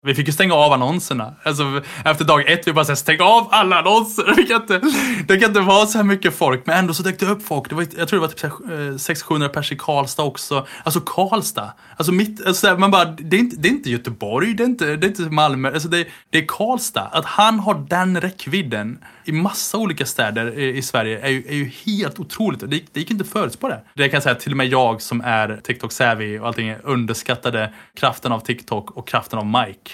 Vi fick ju stänga av annonserna. Alltså, efter dag 1 vi bara så här, stäng av alla annonser. Det kan inte vara så här mycket folk. Men ändå så dök det upp folk. Jag tror det var typ 600-700 pers i Karlstad också. Alltså Karlstad. Alltså man bara, det är inte Göteborg. Det är inte Malmö. Alltså det är Karlstad. Att han har den räckvidden i massa olika städer i Sverige är ju helt otroligt. Det gick inte förutspå det. Det kan jag säga, till och med jag som är TikTok-savvy och allting underskattade kraften av TikTok och kraften av Mike.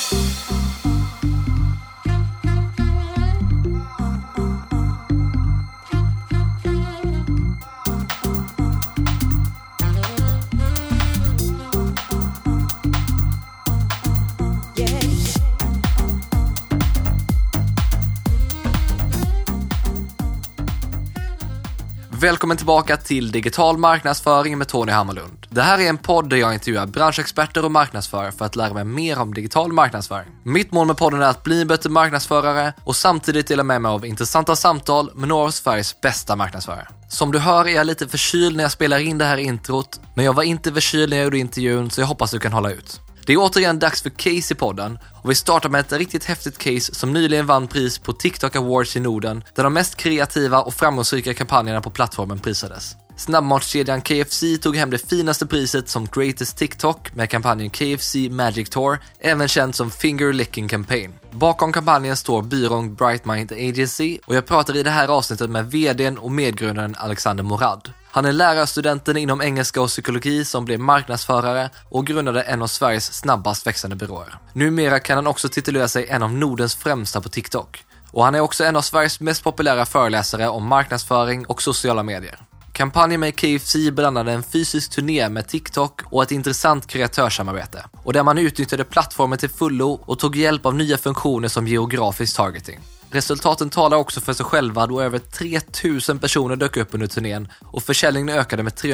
Välkommen tillbaka till Digital marknadsföring med Tony Hammarlund. Det här är en podd där jag intervjuar branschexperter och marknadsförare för att lära mig mer om digital marknadsföring. Mitt mål med podden är att bli en bättre marknadsförare och samtidigt dela med mig av intressanta samtal med några av Sveriges bästa marknadsförare. Som du hör är jag lite förkyld när jag spelar in det här introt, men jag var inte förkyld när jag gjorde intervjun, så jag hoppas du kan hålla ut. Det är återigen dags för case i podden och vi startar med ett riktigt häftigt case som nyligen vann pris på TikTok Awards i Norden, där de mest kreativa och framgångsrika kampanjerna på plattformen prisades. Snabbmatskedjan KFC tog hem det finaste priset som Greatest TikTok med kampanjen KFC Magic Tour, även känd som Finger Licking Campaign. Bakom kampanjen står byrån Brightmind Agency och jag pratar i det här avsnittet med vdn och medgrundaren Alexander Morad. Han är lärarstudenten inom engelska och psykologi som blev marknadsförare och grundade en av Sveriges snabbast växande byråer. Numera kan han också titulera sig en av Nordens främsta på TikTok. Och han är också en av Sveriges mest populära föreläsare om marknadsföring och sociala medier. Kampanjen med KFC blandade en fysisk turné med TikTok och ett intressant kreatörssamarbete. Och där man utnyttjade plattformen till fullo och tog hjälp av nya funktioner som geografisk targeting. Resultaten talar också för sig själva då över 3000 personer dök upp under turnén och försäljningen ökade med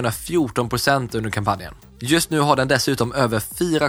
314% under kampanjen. Just nu har den dessutom över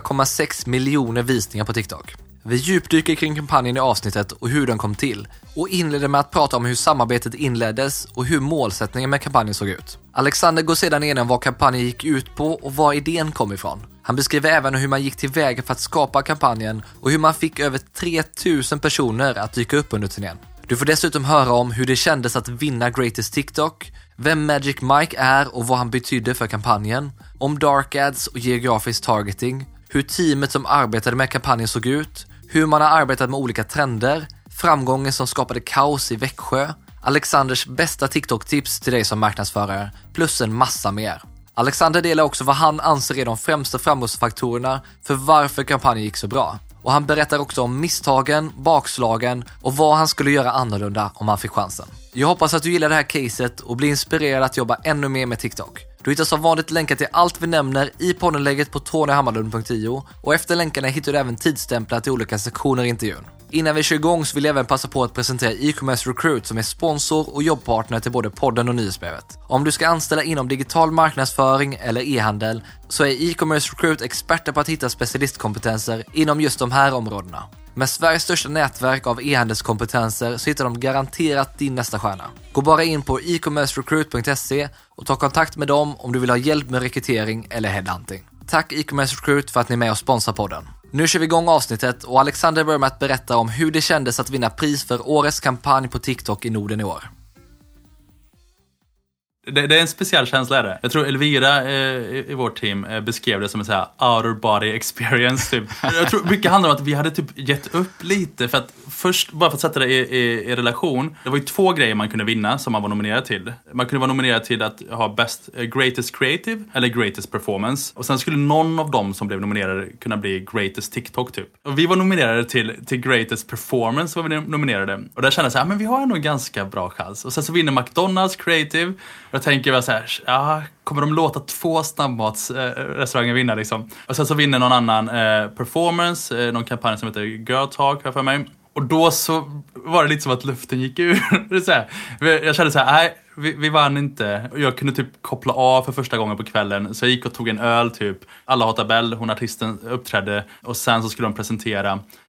4,6 miljoner visningar på TikTok. Vi djupdyker kring kampanjen i avsnittet och hur den kom till och inleder med att prata om hur samarbetet inleddes och hur målsättningen med kampanjen såg ut. Alexander går sedan igenom vad kampanjen gick ut på och var idén kom ifrån. Han beskriver även hur man gick tillväga för att skapa kampanjen och hur man fick över 3000 personer att dyka upp under turnén. Du får dessutom höra om hur det kändes att vinna Greatest TikTok, vem Magic Mike är och vad han betydde för kampanjen, om dark ads och geografisk targeting, hur teamet som arbetade med kampanjen såg ut, hur man har arbetat med olika trender, framgången som skapade kaos i Växjö, Alexanders bästa TikTok-tips till dig som marknadsförare, plus en massa mer. Alexander delar också vad han anser är de främsta framgångsfaktorerna för varför kampanjen gick så bra. Och han berättar också om misstagen, bakslagen och vad han skulle göra annorlunda om han fick chansen. Jag hoppas att du gillar det här caset och blir inspirerad att jobba ännu mer med TikTok. Du hittar som vanligt länkar till allt vi nämner i poddenlägget på tonyhammarlund.io och efter länkarna hittar du även tidsstämplar till olika sektioner i intervjun. Innan vi kör igång så vill jag även passa på att presentera e-commerce Recruit som är sponsor och jobbpartner till både podden och nyhetsbrevet. Om du ska anställa inom digital marknadsföring eller e-handel så är e-commerce Recruit experter på att hitta specialistkompetenser inom just de här områdena. Med Sveriges största nätverk av e-handelskompetenser så hittar de garanterat din nästa stjärna. Gå bara in på e-commercerecruit.se och ta kontakt med dem om du vill ha hjälp med rekrytering eller headhunting. Tack e-commerce Recruit för att ni är med och sponsrar podden. Nu kör vi igång avsnittet och Alexander börjar med att berätta om hur det kändes att vinna pris för årets kampanj på TikTok i Norden i år. Det är en speciell känsla det. Jag tror Elvira i vårt team beskrev det som en så här outer body experience typ. Jag tror mycket handlar om att vi hade typ gett upp lite för att först, bara för att sätta det i relation, det var ju 2 grejer man kunde vinna som man var nominerad till. Man kunde vara nominerad till att ha Greatest Creative eller Greatest Performance och sen skulle någon av dem som blev nominerade kunna bli Greatest TikTok typ. Och vi var nominerade till Greatest Performance var vi nominerade och där kände jag så här, men vi har ändå en ganska bra chans. Och sen så vinner McDonald's Creative. Jag tänker väl så här, kommer de låta 2 snabbmatsrestauranger vinna liksom? Och sen så vinner någon annan performance, någon kampanj som heter Girl Talk här för mig. Och då så var det lite som att luften gick ur. Det är så här, jag kände så här, nej, vi vann inte. Jag kunde typ koppla av för första gången på kvällen. Så jag gick och tog en öl typ. Alla hatar Bell, hon artisten uppträdde. Och sen så skulle de presentera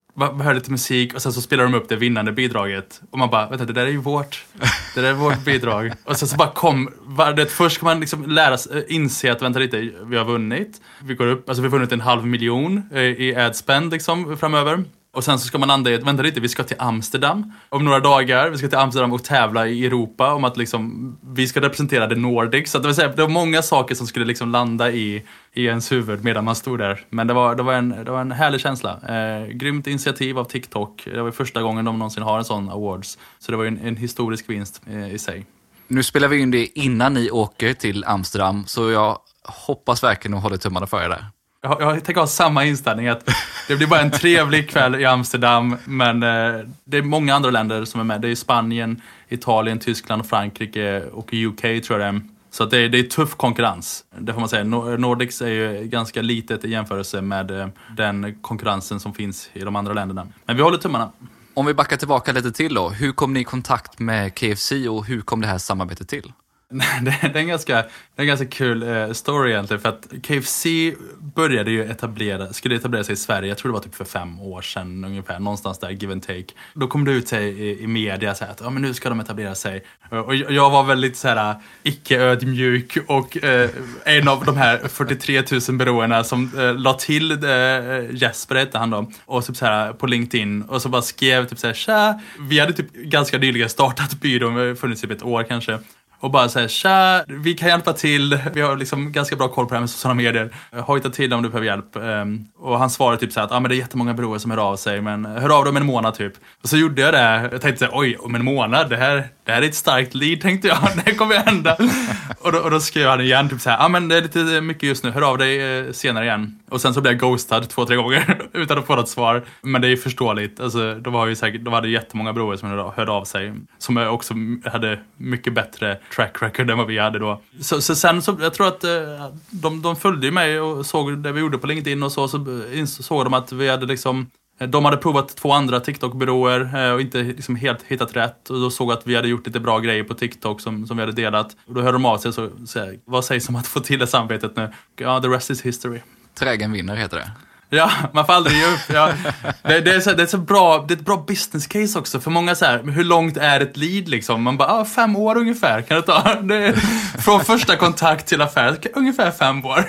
hör lite musik och sen så spelar de upp det vinnande bidraget. Och man bara, vänta, det där är ju vårt bidrag. Och sen så bara först kan man liksom inse att vänta lite, vi har vunnit. Vi går upp, alltså vi har vunnit 500 000 i ad spend liksom framöver. Och sen så ska man landa i att, vänta lite, vi ska till Amsterdam om några dagar. Vi ska till Amsterdam och tävla i Europa om att liksom, vi ska representera the Nordics. Så att det var många saker som skulle liksom landa i ens huvud medan man stod där. Men det var en härlig känsla. Grymt initiativ av TikTok. Det var första gången de någonsin har en sån awards. Så det var en historisk vinst i sig. Nu spelar vi in det innan ni åker till Amsterdam. Så jag hoppas verkligen att hålla tummarna för er där. Jag tänker ha samma inställning att det blir bara en trevlig kväll i Amsterdam, men det är många andra länder som är med. Det är Spanien, Italien, Tyskland, Frankrike och UK tror jag det är. Så att det är tuff konkurrens. Det får man säga. Nordics är ju ganska litet i jämförelse med den konkurrensen som finns i de andra länderna. Men vi håller tummarna. Om vi backar tillbaka lite till då. Hur kom ni i kontakt med KFC och hur kom det här samarbetet till? Det är en ganska kul story egentligen, för att KFC skulle etablera sig i Sverige. Jag tror det var typ för 5 år sedan ungefär, någonstans där, give and take. Då kom det ut sig i media så här att men nu ska de etablera sig. Och jag var väldigt så här icke-ödmjuk och en av de här 43 000 beroendena som la till Jesper hette han då, och typ så här på LinkedIn, och så bara skrev typ så här: tja, vi hade typ ganska nyligen startat byrån, vi har funnits typ ett år kanske. Och bara säga, tja, vi kan hjälpa till. Vi har liksom ganska bra koll på det här med sociala medier. Hojta till om du behöver hjälp. Och han svarade typ så här att men det är jättemånga beroende som hör av sig. Men hör av dem en månad typ. Och så gjorde jag det. Jag tänkte så här, oj, om en månad. Det här är ett starkt lead, tänkte jag. Det kommer att hända. och då skrev han igen typ så här, men det är lite mycket just nu. Hör av dig senare igen. Och sen så blev jag ghostad 2-3 gånger utan att få något svar. Men det är ju förståeligt. Alltså, de hade jättemånga beroende som hörde av sig. Som också hade mycket bättre track record än vad vi hade då. Så sen så jag tror att de följde mig och såg det vi gjorde på LinkedIn, och så såg de att vi hade liksom, de hade provat 2 andra TikTok-byråer och inte liksom helt hittat rätt, och då såg att vi hade gjort lite bra grejer på TikTok som vi hade delat, och då hörde de av sig så vad sägs om att få till det samarbetet nu? Ja, the rest is history. Trägen vinner heter det. Ja, man får aldrig ge upp. Ja. Det är ett bra business case också. För många så här, hur långt är ett lead liksom? Man bara, 5 år ungefär kan det ta. Från första kontakt till affär, ungefär 5 år.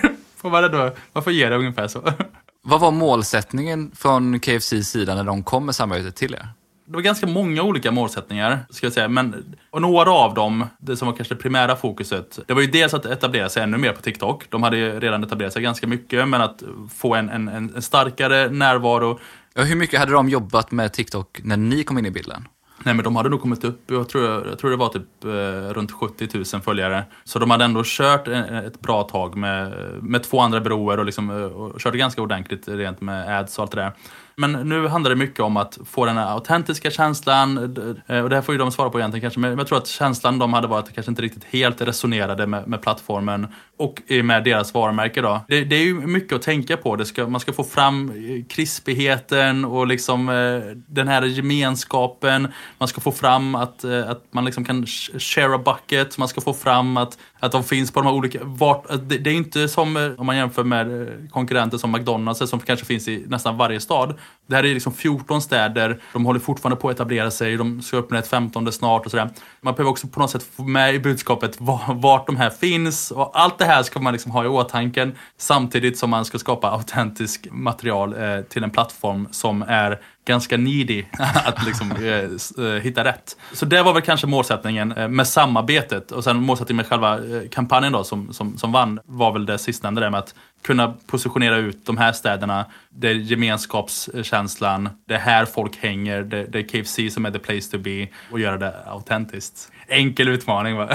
Varför ger det ungefär så? Vad var målsättningen från KFCs sida när de kom med samarbetet till er? Det var ganska många olika målsättningar, ska jag säga. Och några av dem, det som var kanske det primära fokuset, det var ju dels att etablera sig ännu mer på TikTok. De hade ju redan etablerat sig ganska mycket, men att få en starkare närvaro. Ja, hur mycket hade de jobbat med TikTok när ni kom in i bilden? Nej, men de hade nog kommit upp, jag tror det var typ runt 70 000 följare. Så de hade ändå kört ett bra tag med 2 andra beroer och körde ganska ordentligt rent med ads och allt det där. Men nu handlar det mycket om att få den här autentiska känslan, och det här får ju de svara på egentligen kanske, men jag tror att känslan de hade var att det kanske inte riktigt helt resonerade med plattformen och med deras varumärke då. Det är ju mycket att tänka på. Man ska få fram krispigheten och liksom den här gemenskapen. Man ska få fram att man liksom kan share a bucket. Man ska få fram att de finns på de här olika... Det är inte som om man jämför med konkurrenter som McDonald's som kanske finns i nästan varje stad. Det här är liksom 14 städer. De håller fortfarande på att etablera sig. De ska öppna ett 15 snart och sådär. Man behöver också på något sätt få med i budskapet vart de här finns. Och allt det här ska man liksom ha i åtanken samtidigt som man ska skapa autentisk material till en plattform som är ganska needy att liksom hitta rätt. Så det var väl kanske målsättningen med samarbetet, och sen målsättningen med själva kampanjen då som vann var väl det sistnämnda där med att kunna positionera ut de här städerna, det är gemenskapskänslan, det är här folk hänger, det är KFC som är the place to be, och göra det autentiskt. Enkel utmaning va?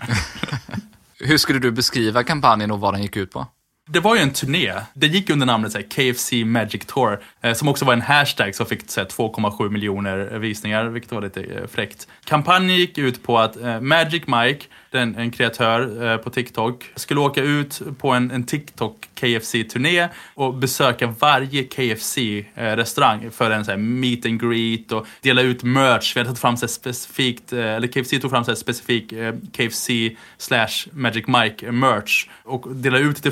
Hur skulle du beskriva kampanjen och vad den gick ut på? Det var ju en turné. Det gick under namnet så här, KFC Magic Tour, som också var en hashtag som fick 2,7 miljoner visningar, vilket var lite fräckt. Kampanjen gick ut på att Magic Mike, en kreatör på TikTok, skulle åka ut på en TikTok KFC-turné och besöka varje KFC-restaurang för en så här meet and greet och dela ut merch. Vi hade tagit fram så specifikt, eller KFC tog fram så specifik KFC/Magic Mike merch och dela ut till folk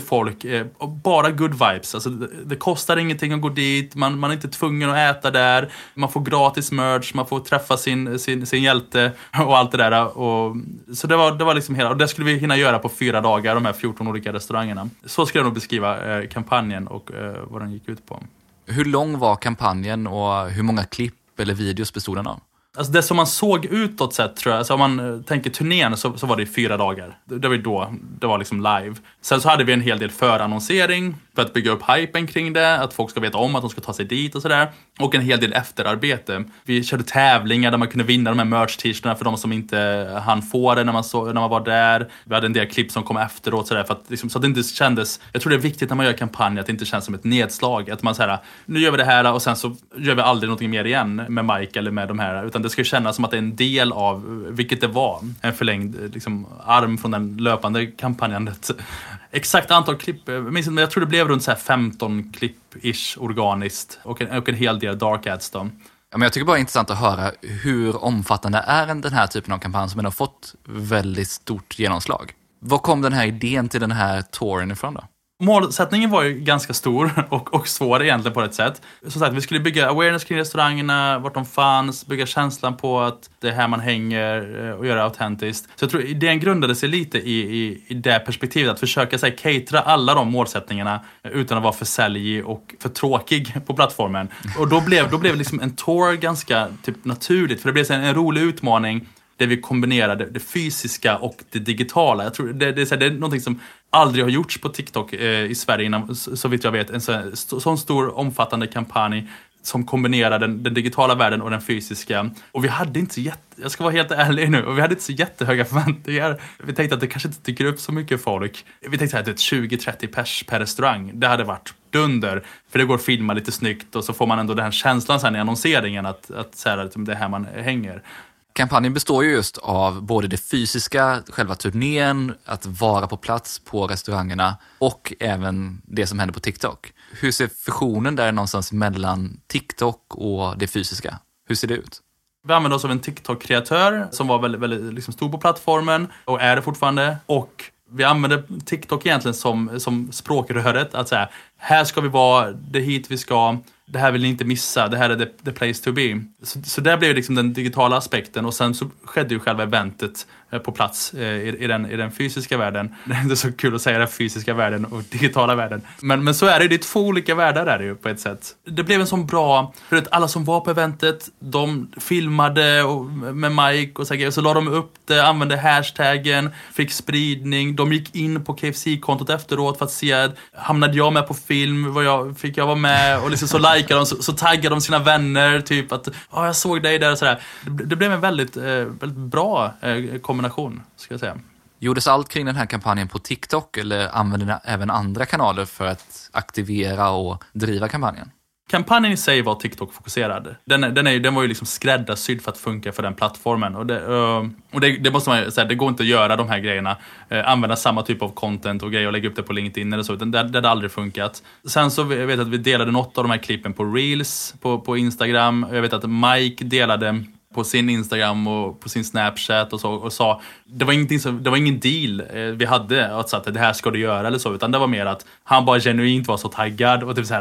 bara good vibes. Alltså, det kostar ingenting att gå dit, man är inte tvungen att äta där, man får gratis merch, man får träffa sin hjälte och allt det där. Så det var liksom hela, och det skulle vi hinna göra på 4 dagar, de här 14 olika restaurangerna. Så skulle jag nog beskriva kampanjen och vad den gick ut på. Hur lång var kampanjen och hur många klipp eller videos bestod den av? Alltså det som man såg utåt sett, tror jag, alltså om man tänker turnén så var det i 4 dagar. Det var då, det var liksom live. Sen så hade vi en hel del förannonsering för att bygga upp hypen kring det, att folk ska veta om att de ska ta sig dit och sådär. Och en hel del efterarbete. Vi körde tävlingar där man kunde vinna de här merch-t-shirtarna för de som inte hann få det när man var där. Vi hade en del klipp som kom efteråt sådär, för att, liksom, så att det inte kändes... Jag tror det är viktigt när man gör kampanj att det inte känns som ett nedslag. Att man säger, nu gör vi det här och sen så gör vi aldrig någonting mer igen med Mike eller med de här. Utan det ska kännas som att det är en del av, vilket det var, en förlängd liksom, arm från den löpande kampanjandet. Exakt antal klipp, men jag tror det blev runt så här 15 klipp-ish organiskt och en hel del dark ads då. Ja, men jag tycker bara det är intressant att höra hur omfattande är den här typen av kampanj som har fått väldigt stort genomslag. Var kom den här idén till den här touren ifrån då? Målsättningen var ju ganska stor och svår egentligen på ett sätt. Som sagt, vi skulle bygga awareness kring restaurangerna, vart de fanns, bygga känslan på att det är här man hänger och göra autentiskt. Så jag tror idén grundade sig lite i det perspektivet att försöka catera alla de målsättningarna utan att vara för säljig och för tråkig på plattformen. Och då blev liksom en tour ganska typ naturligt, för det blev en rolig utmaning där vi kombinerade det fysiska och det digitala. Jag tror det är någonting som aldrig har gjorts på TikTok i Sverige innan, så vitt jag vet. En sån stor omfattande kampanj som kombinerar den digitala världen och den fysiska. Och vi hade inte jag ska vara helt ärlig nu, och vi hade inte så jättehöga förväntningar. Vi tänkte att det kanske inte tycker upp så mycket folk. Vi tänkte att 20-30 pers per restaurang, det hade varit dunder. För det går att filma lite snyggt och så får man ändå den här känslan sen i annonseringen att det är här man hänger. Kampanjen består ju just av både det fysiska, själva turnén, att vara på plats på restaurangerna och även det som händer på TikTok. Hur ser fusionen där någonstans mellan TikTok och det fysiska? Hur ser det ut? Vi använde oss av en TikTok-kreatör som var väldigt, väldigt liksom stor på plattformen och är det fortfarande. Och vi använde TikTok egentligen som språkröret. Att säga, här ska vi vara, det är hit vi ska, det här vill ni inte missa, det här är the place to be. Så där blev liksom den digitala aspekten, och sen så skedde ju själva eventet på plats i den fysiska världen. Det är inte så kul att säga den fysiska världen och digitala världen. Men så är det är 2 olika världar där ju på ett sätt. Det blev en sån bra, för att alla som var på eventet, de filmade med Mike och så la de upp det, använde hashtaggen, fick spridning. De gick in på KFC-kontot efteråt för att se, hamnade jag med på film, fick jag vara med, och liksom så likade de, så taggade de sina vänner typ att jag såg dig där och sådär. Det blev en väldigt, väldigt bra kombination, ska jag säga. Gjordes allt kring den här kampanjen på TikTok eller använde ni även andra kanaler för att aktivera och driva kampanjen? Kampanjen i sig var TikTok-fokuserad. Den var ju liksom skräddarsydd för att funka för den plattformen. Och det måste man säga, det går inte att göra de här grejerna. Använda samma typ av content och grejer och lägga upp det på LinkedIn eller så. Utan det hade aldrig funkat. Sen så vet jag att vi delade något av de här klippen på Reels, på Instagram. Jag vet att Mike delade på sin Instagram och på sin Snapchat och sa, det var ingen deal vi hade att det här ska du göra eller så, utan det var mer att han bara genuint var så taggad och typ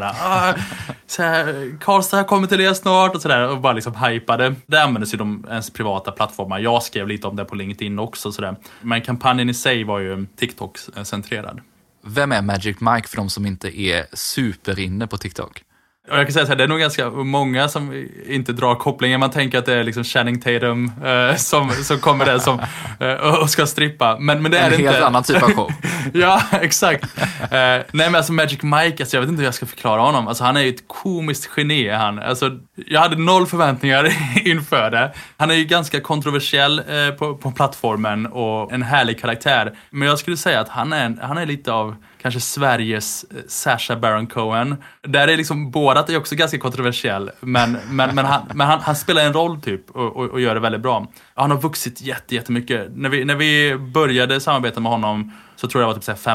såhär Karlstad kommer till det snart och sådär, och bara liksom hypade. Det användes ju ens privata plattformar. Jag skrev lite om det på LinkedIn också sådär. Men kampanjen i sig var ju TikTok-centrerad. Vem är Magic Mike för de som inte är superinne på TikTok? Och jag kan säga så här, det är nog ganska många som inte drar kopplingen. Man tänker att det är liksom Channing Tatum som kommer där och ska strippa. Men det är en inte. helt annan typ av show. Ja, exakt. Nej, men alltså Magic Mike, alltså, jag vet inte hur jag ska förklara honom. Alltså, han är ju ett komiskt geni. Alltså, jag hade 0 förväntningar inför det. Han är ju ganska kontroversiell på plattformen och en härlig karaktär. Men jag skulle säga att han är lite av kanske Sveriges Sacha Baron Cohen. Där är liksom Borat är också ganska kontroversiell. Men han spelar en roll typ och gör det väldigt bra. Han har vuxit jättemycket. När vi började samarbeta med honom så tror jag det var typ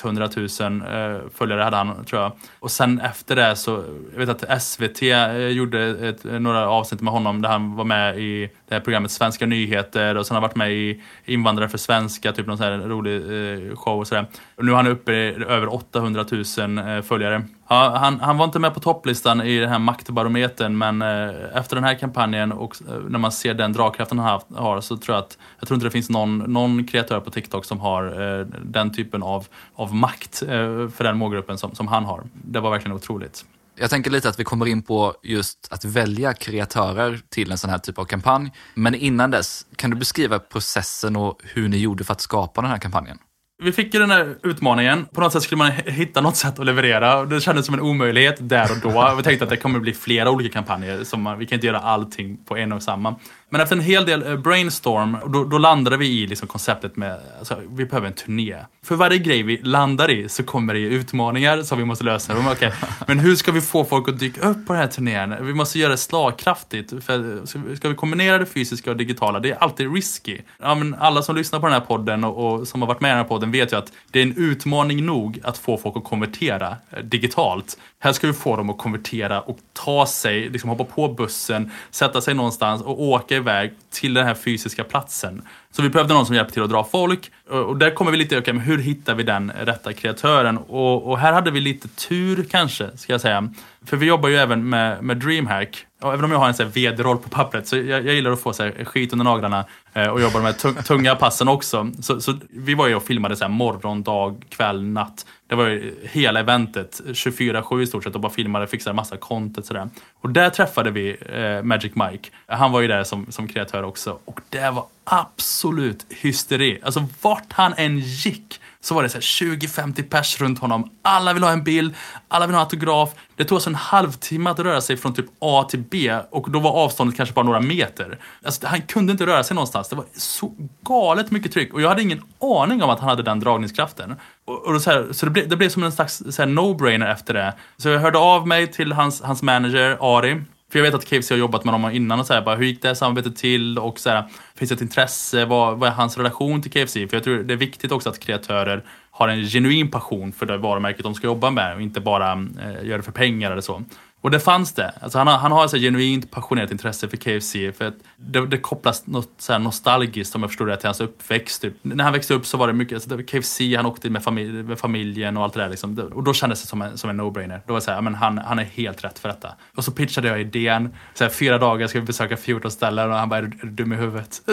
500-600 000 följare hade han, tror jag. Och sen efter det så, jag vet att SVT gjorde några avsnitt med honom där han var med i det här programmet Svenska nyheter, och sen har varit med i Invandrare för svenska, typ någon sån här rolig show och sådär. Och nu är han uppe i över 800 000 följare. Ja, han var inte med på topplistan i den här maktbarometern, men efter den här kampanjen och när man ser den dragkraften han har, så tror jag tror inte det finns någon kreatör på TikTok som har den typen av makt för den målgruppen som han har. Det var verkligen otroligt. Jag tänker lite att vi kommer in på just att välja kreatörer till en sån här typ av kampanj. Men innan dess, kan du beskriva processen och hur ni gjorde för att skapa den här kampanjen? Vi fick ju den här utmaningen. På något sätt skulle man hitta något sätt att leverera. Det kändes som en omöjlighet där och då. Vi tänkte att det kommer bli flera olika kampanjer. Vi kan inte göra allting på en och samma. Men efter en hel del brainstorm, då landade vi i liksom konceptet med, alltså, vi behöver en turné. För varje grej vi landar i så kommer det utmaningar som vi måste lösa. Okay, men hur ska vi få folk att dyka upp på den här turnén? Vi måste göra det slagkraftigt. För ska vi kombinera det fysiska och digitala? Det är alltid risky. Ja, men alla som lyssnar på den här podden och som har varit med i den här podden vet ju att det är en utmaning nog att få folk att konvertera digitalt. Här ska vi få dem att konvertera och ta sig, liksom hoppa på bussen, sätta sig någonstans och åka iväg till den här fysiska platsen. Så vi behövde någon som hjälpte till att dra folk. Och där kommer vi lite, men hur hittar vi den rätta kreatören? Och här hade vi lite tur kanske, ska jag säga. För vi jobbar ju även med DreamHack. Och även om jag har en sån här vd-roll på pappret, så jag gillar att få så här skit under naglarna och jobbar med tunga passen också. Så vi var ju och filmade så här morgon, dag, kväll, natt. Det var ju hela eventet, 24/7 i stort sett, och bara filmade, fixade massa content sådär. Och där träffade vi Magic Mike. Han var ju där som kreatör också. Och det var absolut hysteri. Alltså vart han än gick så var det så här 20-50 pers runt honom. Alla vill ha en bild, alla vill ha en autograf. Det tog alltså en halvtimme att röra sig från typ A till B, och då var avståndet kanske bara några meter. Alltså, han kunde inte röra sig någonstans. Det var så galet mycket tryck, och jag hade ingen aning om att han hade den dragningskraften. Och så det blev som en slags så här no-brainer efter det. Så jag hörde av mig till hans manager, Ari. För jag vet att KFC har jobbat med dem innan och så här, bara, hur gick det samarbetet till, och så här, finns det ett intresse, vad är hans relation till KFC? För jag tror det är viktigt också att kreatörer har en genuin passion för det varumärket de ska jobba med, och inte bara gör det för pengar eller så. Och det fanns det. Alltså han har ett genuint passionerat intresse för KFC, för att det kopplas något så här nostalgiskt, om jag förstår det, till hans uppväxt. Typ. När han växte upp så var det mycket, alltså, KFC, han åkte med familjen och allt det där. Liksom. Och då kändes det som en no-brainer. Då var det så här, men han är helt rätt för detta. Och så pitchade jag idén. Så här, 4 dagar ska vi besöka 14 ställen, och han bara, är du dum i huvudet?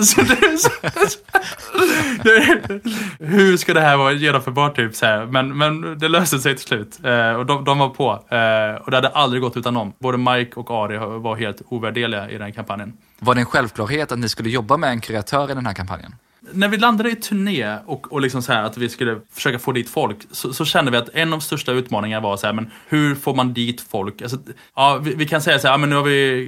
Hur ska det här vara genomförbart? Typ, så här. Men det löste sig till slut. Och de var på. Och det hade aldrig gått utan dem. Både Mike och Ari var helt ovärderliga i den kampanjen. Var det en självklarhet att ni skulle jobba med en kreatör i den här kampanjen? När vi landade i turné och liksom så här att vi skulle försöka få dit folk, så kände vi att en av de största utmaningarna var så här, men hur får man dit folk? Alltså, ja, vi kan säga så här, ja, men nu har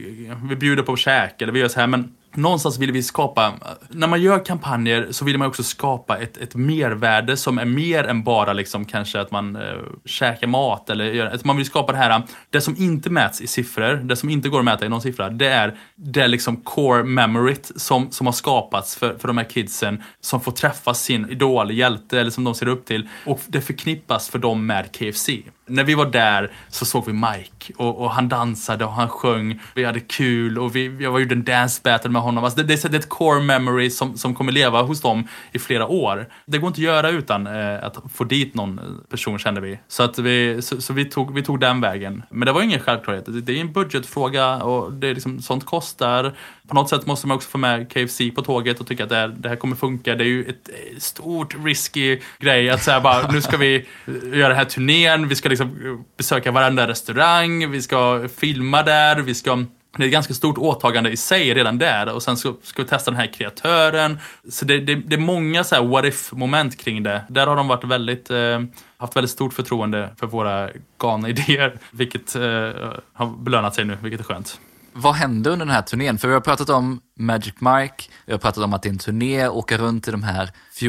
vi bjuder på käk, eller vi gör så här, men någonstans vill vi skapa, när man gör kampanjer så vill man också skapa ett mervärde som är mer än bara liksom kanske att man käkar mat, eller att man vill skapa det som inte mäts i siffror, det som inte går att mäta i någon siffra, det är det liksom core memoryt som har skapats för de här kidsen som får träffa sin idol, hjälte, eller som de ser upp till, och det förknippas för dem med KFC. När vi var där så såg vi Mike och han dansade och han sjöng, vi hade kul, och jag gjorde en dance battle med honom. Alltså det är ett core memory som kommer leva hos dem i flera år. Det går inte att göra utan att få dit någon person, kände vi. Så att vi tog den vägen. Men det var ingen självklarhet. Det är en budgetfråga, och det är liksom, sånt kostar. På något sätt måste man också få med KFC på tåget och tycka att det här kommer funka. Det är ju ett stort risky grej att säga bara, nu ska vi göra den här turnén, vi ska liksom besöka varandra restaurang, vi ska filma där, det är ett ganska stort åtagande i sig redan där, och sen ska vi testa den här kreatören. Så det är många så här what if moment kring det. Där har de varit haft väldigt stort förtroende för våra galna idéer, vilket har belönat sig nu, vilket är skönt. Vad hände under den här turnén? För vi har pratat om Magic Mike, vi har pratat om att det är en turné, åka runt i de här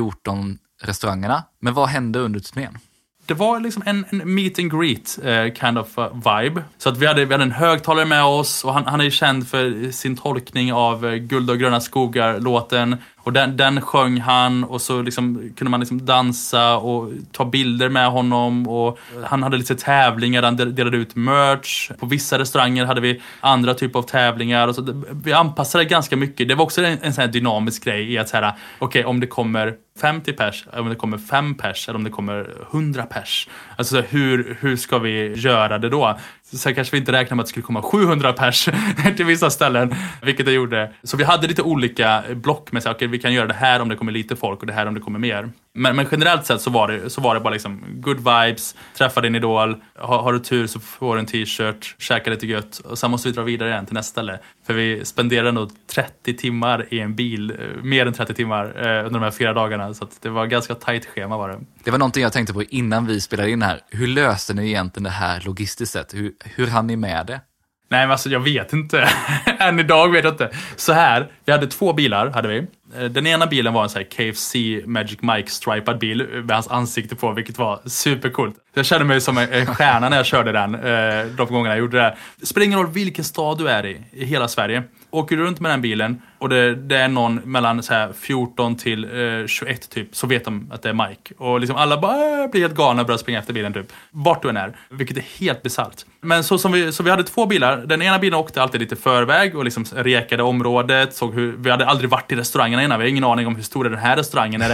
14 restaurangerna. Men vad hände under turnén? Det var liksom en meet and greet kind of vibe. Så att vi hade en högtalare med oss, och han är ju känd för sin tolkning av Guld och gröna skogar-låten. Och den sjöng han och så liksom kunde man liksom dansa och ta bilder med honom. Och han hade lite tävlingar, han delade ut merch. På vissa restauranger hade vi andra typer av tävlingar. Och så vi anpassade ganska mycket. Det var också en sån här dynamisk grej i att säga, okej, om det kommer 50 pers, om det kommer 5 pers eller om det kommer 100 pers. Alltså hur ska vi göra det då? Så kanske vi inte räknar med att det skulle komma 700 pers till vissa ställen, vilket det gjorde. Så vi hade lite olika block med saker. Vi kan göra det här om det kommer lite folk och det här om det kommer mer. Men generellt sett så var det bara liksom good vibes, träffa din idol, har du tur så får du en t-shirt, käka lite gött och sen måste vi dra vidare igen till nästa ställe. För vi spenderade nog 30 timmar i en bil, mer än 30 timmar under de här 4 dagarna. Så att det var ganska tajt schema var det. Det var någonting jag tänkte på innan vi spelade in här. Hur löste ni egentligen det här logistiskt sett? Hur hann ni med det? Nej, men alltså jag vet inte. Än idag vet jag inte. Så här, vi hade 2 bilar, hade vi. Den ena bilen var en sån här KFC Magic Mike-stripad bil med hans ansikte på, vilket var supercoolt. Jag kände mig som en stjärna när jag körde den, de gångerna jag gjorde det. Det spelar ingen roll vilken stad du är i hela Sverige. Åker du runt med den bilen och det är någon mellan så här 14 till 21 typ, så vet de att det är Mike. Och liksom alla bara blir helt galna och börjar springa efter bilen typ. Vart du än är, vilket är helt bisarrt. Men så vi hade 2 bilar. Den ena bilen åkte alltid lite förväg och liksom rekade området. Såg vi hade aldrig varit i restaurangerna innan. Vi har ingen aning om hur stor är den här restaurangen. Är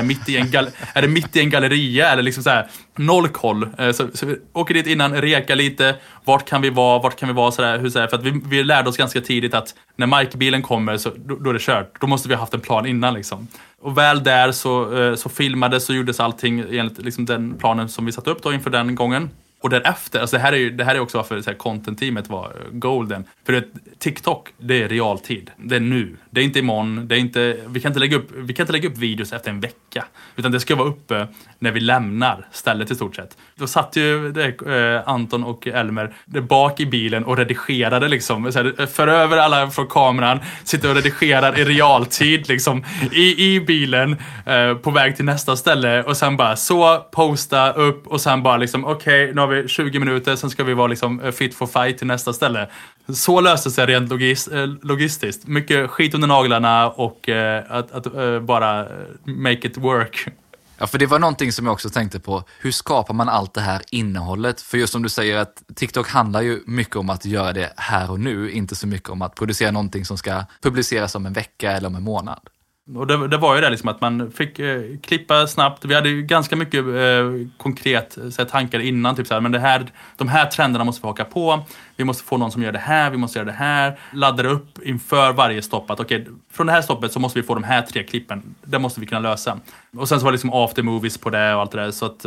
det mitt i en galleria eller liksom så här noll koll. Så vi åker dit innan, reka lite. Vart kan vi vara sådär, hur säger jag? För att vi lärde oss ganska tidigt att när Mike-bilen kommer så då är det kört. Då måste vi ha haft en plan innan liksom. Och väl där så filmades och gjordes allting enligt liksom den planen som vi satte upp då inför den gången. Och därefter, alltså det här är också varför så här, content-teamet var golden. För TikTok, det är realtid. Det är nu. Det är inte imorgon. Det är inte, vi kan inte lägga upp videos efter en vecka. Utan det ska vara uppe när vi lämnar stället i stort sett. Då satt ju Anton och Elmer där bak i bilen och redigerade liksom. Så här, för över alla från kameran. Sitter och redigerar i realtid liksom. I bilen på väg till nästa ställe. Och sen bara så posta upp och sen bara liksom okej, nu har vi 20 minuter, sen ska vi vara liksom fit for fight till nästa ställe. Så löste sig rent logistiskt. Mycket skit under naglarna och att bara make it work. Ja, för det var någonting som jag också tänkte på. Hur skapar man allt det här innehållet? För just som du säger att TikTok handlar ju mycket om att göra det här och nu. Inte så mycket om att producera någonting som ska publiceras om en vecka eller om en månad. Och det var ju det liksom att man fick klippa snabbt. Vi hade ju ganska mycket konkret tankar innan. Typ så här, men de här trenderna måste vi haka på. Vi måste få någon som gör det här. Vi måste göra det här. Laddar upp inför varje stopp. Att okej, från det här stoppet så måste vi få de här 3 klippen. Det måste vi kunna lösa. Och sen så var det liksom after movies på det och allt det där. Så att,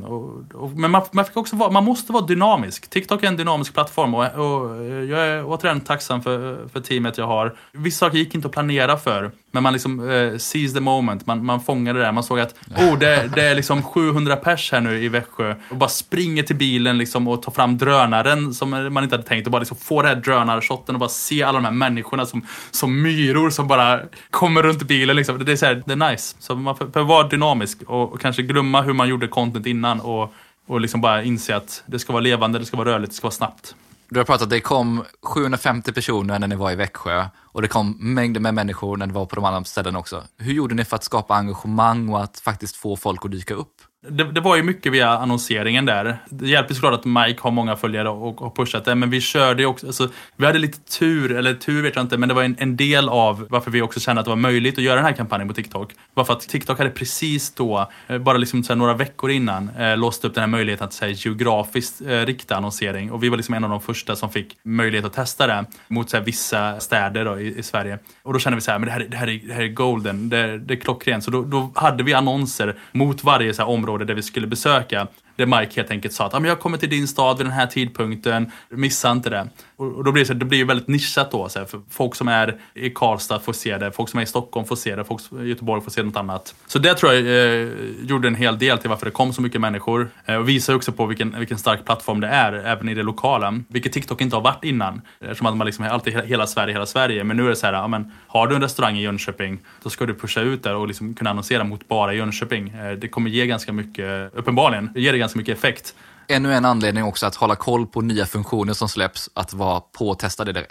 men man fick också man måste vara dynamisk. TikTok är en dynamisk plattform. Och jag är återigen tacksam för teamet jag har. Vissa saker gick inte att planera för. Men man liksom seize the moment. Man fångade det där. Man såg att det är liksom 700 pers här nu i Växjö. Och bara springer till bilen liksom och tar fram drönaren som man inte hade tänkt. Och bara liksom få det här drönarshotten och bara se alla de här människorna som myror som bara kommer runt bilen. Liksom. Det är så här, det är nice. Så man får vara dynamisk och kanske glömma hur man gjorde content innan. Och liksom bara inse att det ska vara levande, det ska vara rörligt, det ska vara snabbt. Du har pratat att det kom 750 personer när ni var i Växjö och det kom mängder med människor när ni var på de andra ställena också. Hur gjorde ni för att skapa engagemang och att faktiskt få folk att dyka upp? Det var ju mycket via annonseringen där. Det hjälper såklart att Mike har många följare och har pushat det. Men vi körde ju också, alltså, vi hade lite tur vet jag inte, men det var en del av varför vi också kände att det var möjligt att göra den här kampanjen på TikTok. Var för att TikTok hade precis då, bara liksom så här, några veckor innan, låst upp den här möjligheten att så här, geografiskt rikta annonsering. Och vi var liksom en av de första som fick möjlighet att testa det mot så här, vissa städer då, i Sverige. Och då kände vi så här, men det här är golden, det är klockrent. Så då hade vi annonser mot varje så här, område där vi skulle besöka. Där Mike helt enkelt sa att jag kommer till din stad vid den här tidpunkten. Missa inte det. Och då blir det blir ju väldigt nischat då. Så här, för folk som är i Karlstad får se det. Folk som är i Stockholm får se det. Folk i Göteborg får se något annat. Så det tror jag gjorde en hel del till varför det kom så mycket människor. Och visar också på vilken stark plattform det är. Även i det lokala. Vilket TikTok inte har varit innan. Eftersom att man liksom alltid hela Sverige. Men nu är det så här, har du en restaurang i Jönköping, då ska du pusha ut där och liksom kunna annonsera mot bara Jönköping. Det kommer ge ganska mycket, uppenbarligen. Det ger det ganska mycket effekt. Ännu en anledning också att hålla koll på nya funktioner som släpps, att vara påtestade direkt.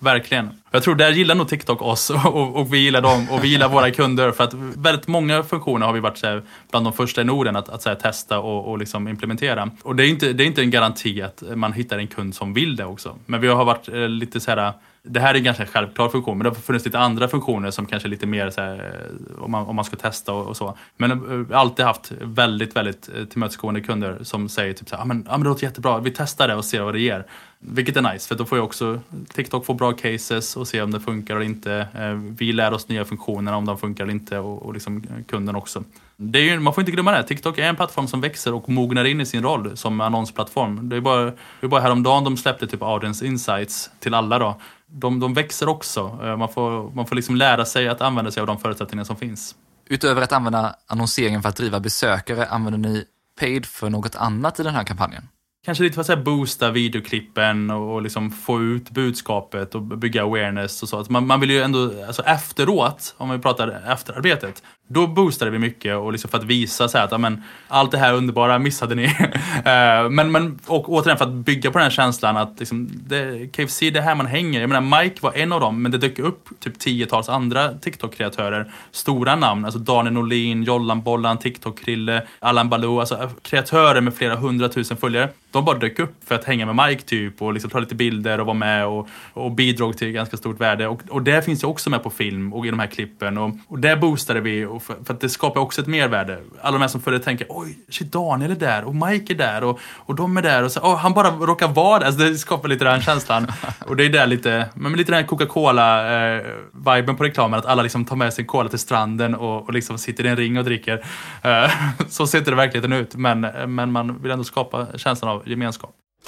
Verkligen. Jag tror där gillar nog TikTok oss och vi gillar dem och vi gillar våra kunder för att väldigt många funktioner har vi varit så här, bland de första i Norden att så här, testa och liksom implementera. Och det är inte en garanti att man hittar en kund som vill det också. Men vi har varit lite så här, det här är en ganska självklar funktion, men det har funnits lite andra funktioner som kanske är lite mer så här, om man ska testa och så. Men jag har alltid haft väldigt, väldigt tillmötesgående kunder som säger typ så här, men det låter jättebra, vi testar det och ser vad det ger. Vilket är nice, för då får ju också TikTok få bra cases och se om det funkar eller inte. Vi lär oss nya funktioner om de funkar eller inte och liksom kunden också. Det är ju, man får inte glömma det. TikTok är en plattform som växer och mognar in i sin roll som annonsplattform. Det är bara häromdagen de släppte typ Audience Insights till alla då. De växer också. Man får liksom lära sig att använda sig av de förutsättningar som finns. Utöver att använda annonseringen för att driva besökare, använder ni paid för något annat i den här kampanjen? Kanske lite för att säga, boosta videoklippen och liksom få ut budskapet och bygga awareness och så. Alltså man vill ju ändå, alltså efteråt, om vi pratar efterarbetet, då boostade vi mycket och liksom för att visa så här att amen, allt det här underbara missade ni. Och återigen för att bygga på den här känslan att liksom, KFC, det här man hänger. Jag menar, Mike var en av dem, men det dök upp typ 10-tals andra TikTok-kreatörer. Stora namn, alltså Daniel Norlin, Jollan Bollan, TikTok-Krille, Allan Baloo, alltså kreatörer med flera 100,000 följare. De bara dök upp för att hänga med Mike typ och liksom ta lite bilder och vara med och bidrog till ganska stort värde. Och det finns ju också med på film och i de här klippen. Och det boostade vi för att det skapar också ett mervärde. Alla de här som följer tänker, oj, shit, Daniel är där och Mike är där och de är där. Och så, han bara råkar vara där. Alltså det skapar lite den känslan. Och det är där lite den här Coca-Cola-viben på reklamen. Att alla liksom tar med sig cola till stranden och liksom sitter i en ring och dricker. Så ser det verkligheten ut. Men man vill ändå skapa känslan av gemenskap.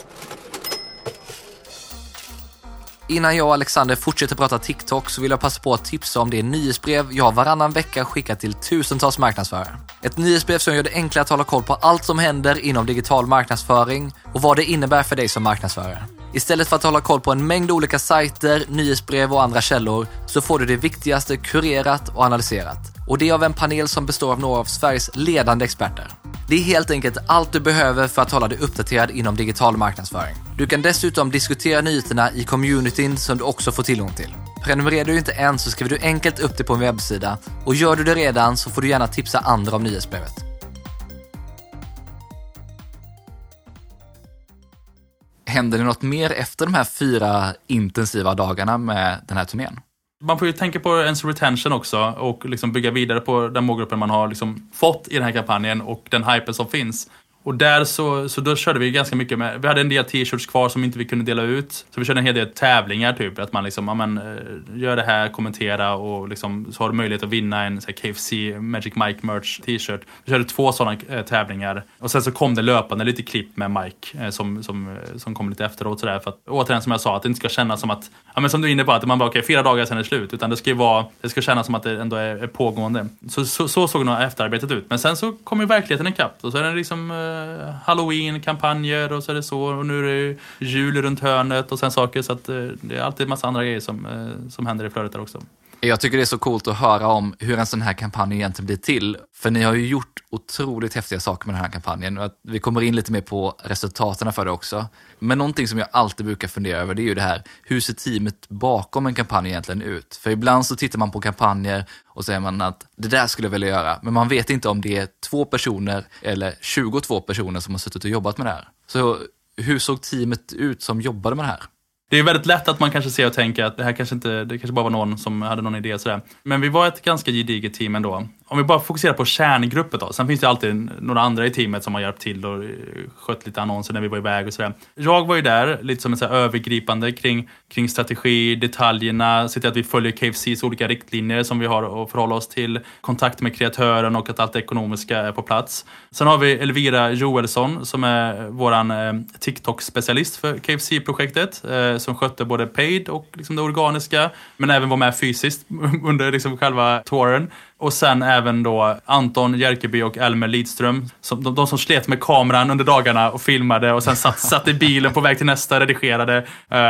Innan jag och Alexander fortsätter prata TikTok så vill jag passa på att tipsa om det nyhetsbrev jag varannan vecka skickar till tusentals marknadsförare. Ett nyhetsbrev som gör det enklare att hålla koll på allt som händer inom digital marknadsföring och vad det innebär för dig som marknadsförare. Istället för att hålla koll på en mängd olika sajter, nyhetsbrev och andra källor så får du det viktigaste kurerat och analyserat. Och det är av en panel som består av några av Sveriges ledande experter. Det är helt enkelt allt du behöver för att hålla dig uppdaterad inom digital marknadsföring. Du kan dessutom diskutera nyheterna i communityn som du också får tillgång till. Prenumererar du inte än så skriver du enkelt upp det på en webbsida och gör du det redan så får du gärna tipsa andra om nyhetsbrevet. Händer det något mer efter de här 4 intensiva dagarna med den här turnén? Man får ju tänka på ens retention också och liksom bygga vidare på den målgruppen man har liksom fått i den här kampanjen och den hypen som finns. Och där så då körde vi ganska mycket med, vi hade en del t-shirts kvar som inte vi kunde dela ut. Så vi körde en hel del tävlingar typ, att man liksom, gör det här, kommentera och liksom så har du möjlighet att vinna en så här, KFC Magic Mike merch t-shirt. Vi körde 2 sådana tävlingar. Och sen så kom det löpande lite klipp med Mike som kom lite efteråt sådär. För att återigen som jag sa, att det inte ska kännas som att, som du är inne på, att man bara 4 dagar sen är det slut. Utan det ska kännas som att det ändå är pågående. Så såg nog efterarbetet ut. Men sen så kommer ju verkligheten ikapp. Och så är det liksom Halloween-kampanjer och så är det så. Och nu är det jul runt hörnet och sen saker. Så att det är alltid en massa andra grejer som händer i flödet där också. Jag tycker det är så coolt att höra om hur en sån här kampanj egentligen blir till. För ni har ju gjort otroligt häftiga saker med den här kampanjen. Och vi kommer in lite mer på resultaten för det också. Men någonting som jag alltid brukar fundera över, det är ju det här. Hur ser teamet bakom en kampanj egentligen ut? För ibland så tittar man på kampanjer och säger man att det där skulle jag vilja göra. Men man vet inte om det är 2 personer eller 22 personer som har suttit och jobbat med det här. Så hur såg teamet ut som jobbade med det här? Det är väldigt lätt att man kanske ser och tänker att det kanske bara var någon som hade någon idé sådär. Men vi var ett ganska gediget team ändå. Om vi bara fokuserar på kärngruppet då. Sen finns det alltid några andra i teamet som har hjälpt till och skött lite annonser när vi var iväg och sådär. Jag var ju där lite som en så här övergripande kring strategi, detaljerna, se till att vi följer KFCs olika riktlinjer som vi har att förhålla oss till, kontakt med kreatören och att allt det ekonomiska är på plats. Sen har vi Elvira Joelsson som är våran TikTok-specialist för KFC-projektet som skötte både paid och liksom det organiska, men även var med fysiskt under liksom själva touren. Och sen även då Anton Jerkeby och Elmer Lidström, de som slet med kameran under dagarna och filmade och sen satt i bilen på väg till nästa, redigerade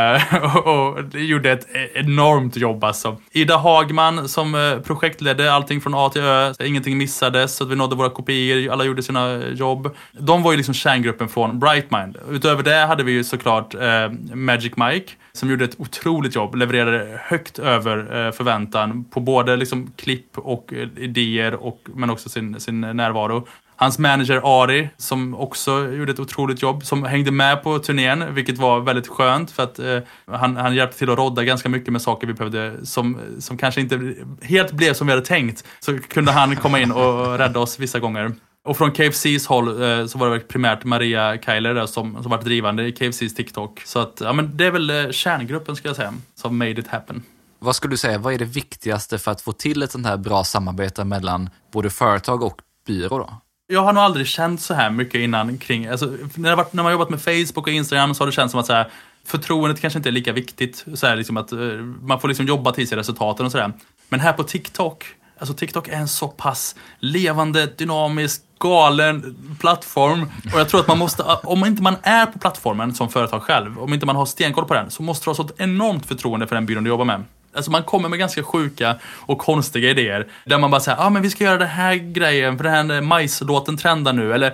och gjorde ett enormt jobb alltså. Ida Hagman som projektledde allting från A till Ö, ingenting missades så att vi nådde våra kopior, alla gjorde sina jobb. De var ju liksom kärngruppen från Brightmind. Utöver det hade vi ju såklart Magic Mike som gjorde ett otroligt jobb, levererade högt över förväntan på både liksom klipp och idéer men också sin närvaro. Hans manager Ari, som också gjorde ett otroligt jobb, som hängde med på turnén, vilket var väldigt skönt för att han hjälpte till att rodda ganska mycket med saker vi behövde som kanske inte helt blev som vi hade tänkt. Så kunde han komma in och rädda oss vissa gånger. Och från KFCs håll så var det primärt Maria Keiler där, som var drivande i KFCs TikTok. Så att, ja, men det är väl kärngruppen, ska jag säga, som made it happen. Vad skulle du säga, vad är det viktigaste för att få till ett sånt här bra samarbete mellan både företag och byrå då? Jag har nog aldrig känt så här mycket innan kring... Alltså, när man har jobbat med Facebook och Instagram så har det känts som att så här, förtroendet kanske inte är lika viktigt. Så här, liksom att, man får liksom jobba till sig resultaten och sådär. Men här på TikTok... Alltså TikTok är en så pass levande, dynamisk, galen plattform. Och jag tror att man måste, om inte man är på plattformen som företag själv, om inte man har stenkoll på den, så måste du ha så ett enormt förtroende för den byrån du jobbar med. Alltså man kommer med ganska sjuka och konstiga idéer. Där man bara säger, men vi ska göra det här grejen, för den här majslåten trendar nu. Eller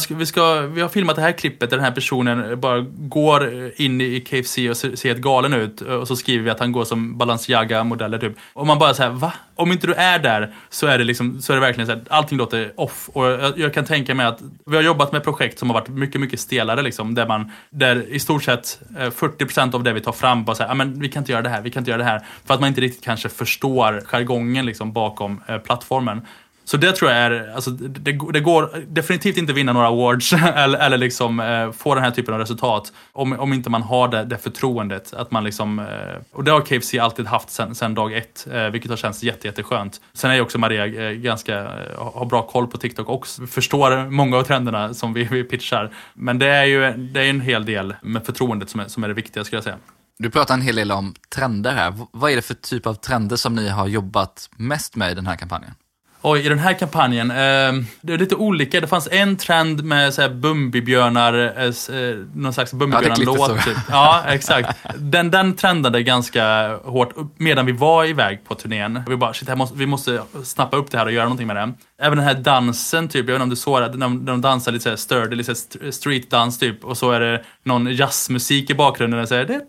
vi har filmat det här klippet där den här personen bara går in i KFC och ser helt galen ut. Och så skriver vi att han går som Balenciaga-modeller typ. Och man bara säger, va? Om inte du är där så är det liksom, så är det verkligen så här, allting låter off. Och jag kan tänka mig att vi har jobbat med projekt som har varit mycket, mycket stelare liksom. Där i stort sett 40% av det vi tar fram bara säger, men vi kan inte göra det här, vi kan inte göra det här. För att man inte riktigt kanske förstår jargongen liksom bakom plattformen. Så det tror jag är, alltså det går definitivt inte vinna några awards eller liksom få den här typen av resultat om inte man har det förtroendet att man liksom, och det har KFC alltid haft sen dag ett, vilket har känts jätteskönt. Sen är ju också Maria har bra koll på TikTok och förstår många av trenderna som vi pitchar. Men det är en hel del med förtroendet som är det viktiga, skulle jag säga. Du pratar en hel del om trender här. Vad är det för typ av trender som ni har jobbat mest med i den här kampanjen? I den här kampanjen, det är lite olika. Det fanns en trend med så här Bumbibjörnar, någon slags Bumbibjörnar-låt. Typ. Ja, exakt. Den trendade ganska hårt medan vi var iväg på turnén. Vi bara, vi måste snappa upp det här och göra någonting med det. Även den här dansen, typ, jag vet inte om du såg det, när de dansar lite så här stirred, lite så här streetdans typ, och så är det någon jazzmusik i bakgrunden och säger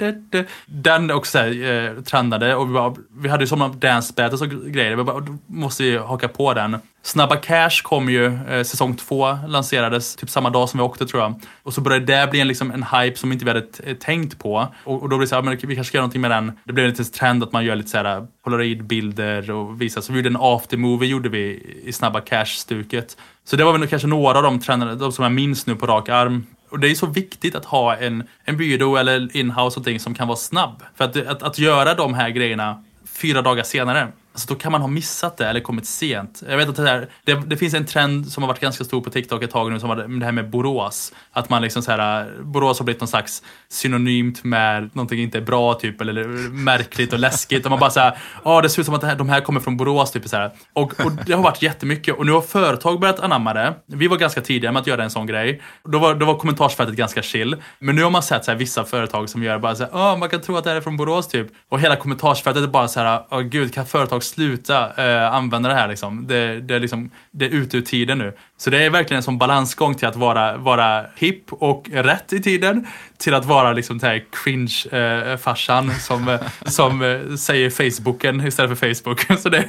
den också så här, trendade, och vi hade ju sådana dance battles och grejer. Vi bara, då måste vi haka på den. Snabba Cash kom ju, säsong 2 lanserades typ samma dag som vi åkte, tror jag. Och så började det bli en hype som inte vi hade tänkt på. Och då blev det så här, men vi kanske ska göra någonting med den. Det blev lite trend att man gör lite så här polaroidbilder och visar. Så vi gjorde en aftermovie, gjorde vi i Snabba Cash-stuket. Så det var väl kanske några av de trenderna, de som jag minns nu på rak arm. Och det är så viktigt att ha en byrå eller in-house och ting som kan vara snabb. För att göra de här grejerna 4 dagar senare, alltså då kan man ha missat det eller kommit sent. Jag vet att det finns en trend som har varit ganska stor på TikTok ett tag nu, som var det här med Borås. Att man liksom så här, Borås har blivit någon slags synonymt med någonting inte bra typ, eller märkligt och läskigt. Och man bara så här, det ser ut som att de här kommer från Borås typ så här. Och det har varit jättemycket. Och nu har företag börjat anamma det. Vi var ganska tidiga med att göra en sån grej. Då var kommentarsfältet ganska chill. Men nu har man sett så här, vissa företag som gör bara så här, man kan tro att det här är från Borås typ. Och hela kommentarsfältet är bara så här, gud, kan företag sluta använda det här liksom. Det är ute ur tiden nu. Så det är verkligen en sån balansgång till att vara hipp och rätt i tiden, till att vara liksom det här cringe-farsan som säger Facebooken istället för Facebook. Så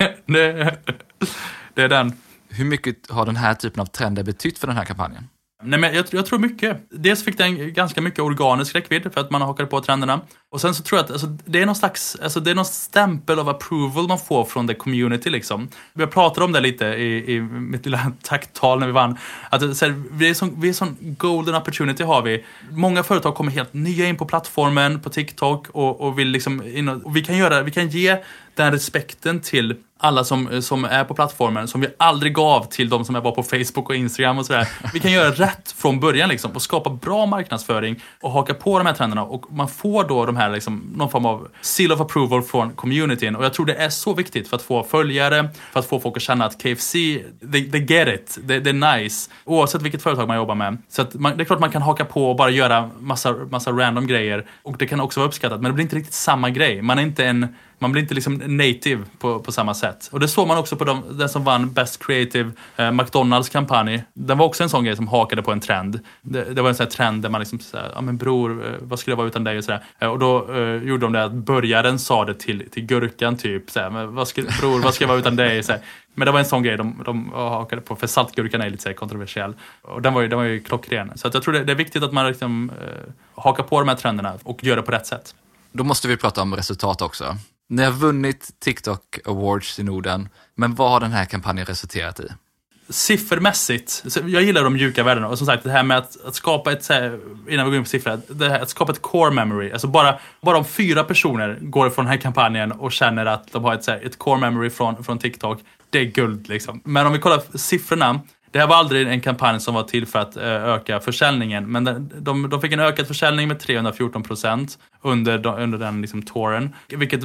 det är den. Hur mycket har den här typen av trender betytt för den här kampanjen? Nej, men jag tror mycket. Dels fick den ganska mycket organisk räckvidd för att man har hakat på trenderna. Och sen så tror jag att det är någon slags, det är någon stämpel av approval man får från the community liksom. Vi har pratat om det lite i mitt lilla tacktal när vi vann. Att så här, vi är sån golden opportunity har vi. Många företag kommer helt nya in på plattformen på TikTok och vill liksom och vi kan ge den respekten till alla som är på plattformen, som vi aldrig gav till de som är bara på Facebook och Instagram och sådär. Vi kan göra rätt från början liksom, och skapa bra marknadsföring och haka på de här trenderna, och man får då de här liksom, någon form av seal of approval från communityn. Och jag tror det är så viktigt för att få följare, för att få folk att känna att KFC, they get it, det är nice, oavsett vilket företag man jobbar med. Så att det är klart man kan haka på och bara göra massa random grejer, och det kan också vara uppskattat, men det blir inte riktigt samma grej. Man är inte Man blir inte liksom native på samma sätt. Och det såg man också på den som vann Best Creative, McDonalds kampanj. Den var också en sån grej som hakade på en trend. Det var en sån här trend där man liksom såhär, ja men bror, vad skulle jag vara utan dig och sådär. Och då gjorde de det att börjaren sa det till gurkan typ såhär, men vad ska jag vara utan dig? Såhär. Men det var en sån grej de hakade på, för saltgurkan är lite så här kontroversiell. Och den var ju klockren. Så att jag tror det är viktigt att man liksom, hakar på de här trenderna och gör det på rätt sätt. Då måste vi prata om resultat också. Ni har vunnit TikTok Awards i Norden, men vad har den här kampanjen resulterat i? Siffermässigt, jag gillar de mjuka värdena. Och som sagt, det här med att skapa ett, innan vi går in på siffror, att skapa ett core memory. Alltså bara om 4 personer går från den här kampanjen och känner att de har ett core memory från TikTok, det är guld liksom. Men om vi kollar siffrorna, det här var aldrig en kampanj som var till för att öka försäljningen. Men de fick en ökad försäljning med 314% under den liksom touren. Vilket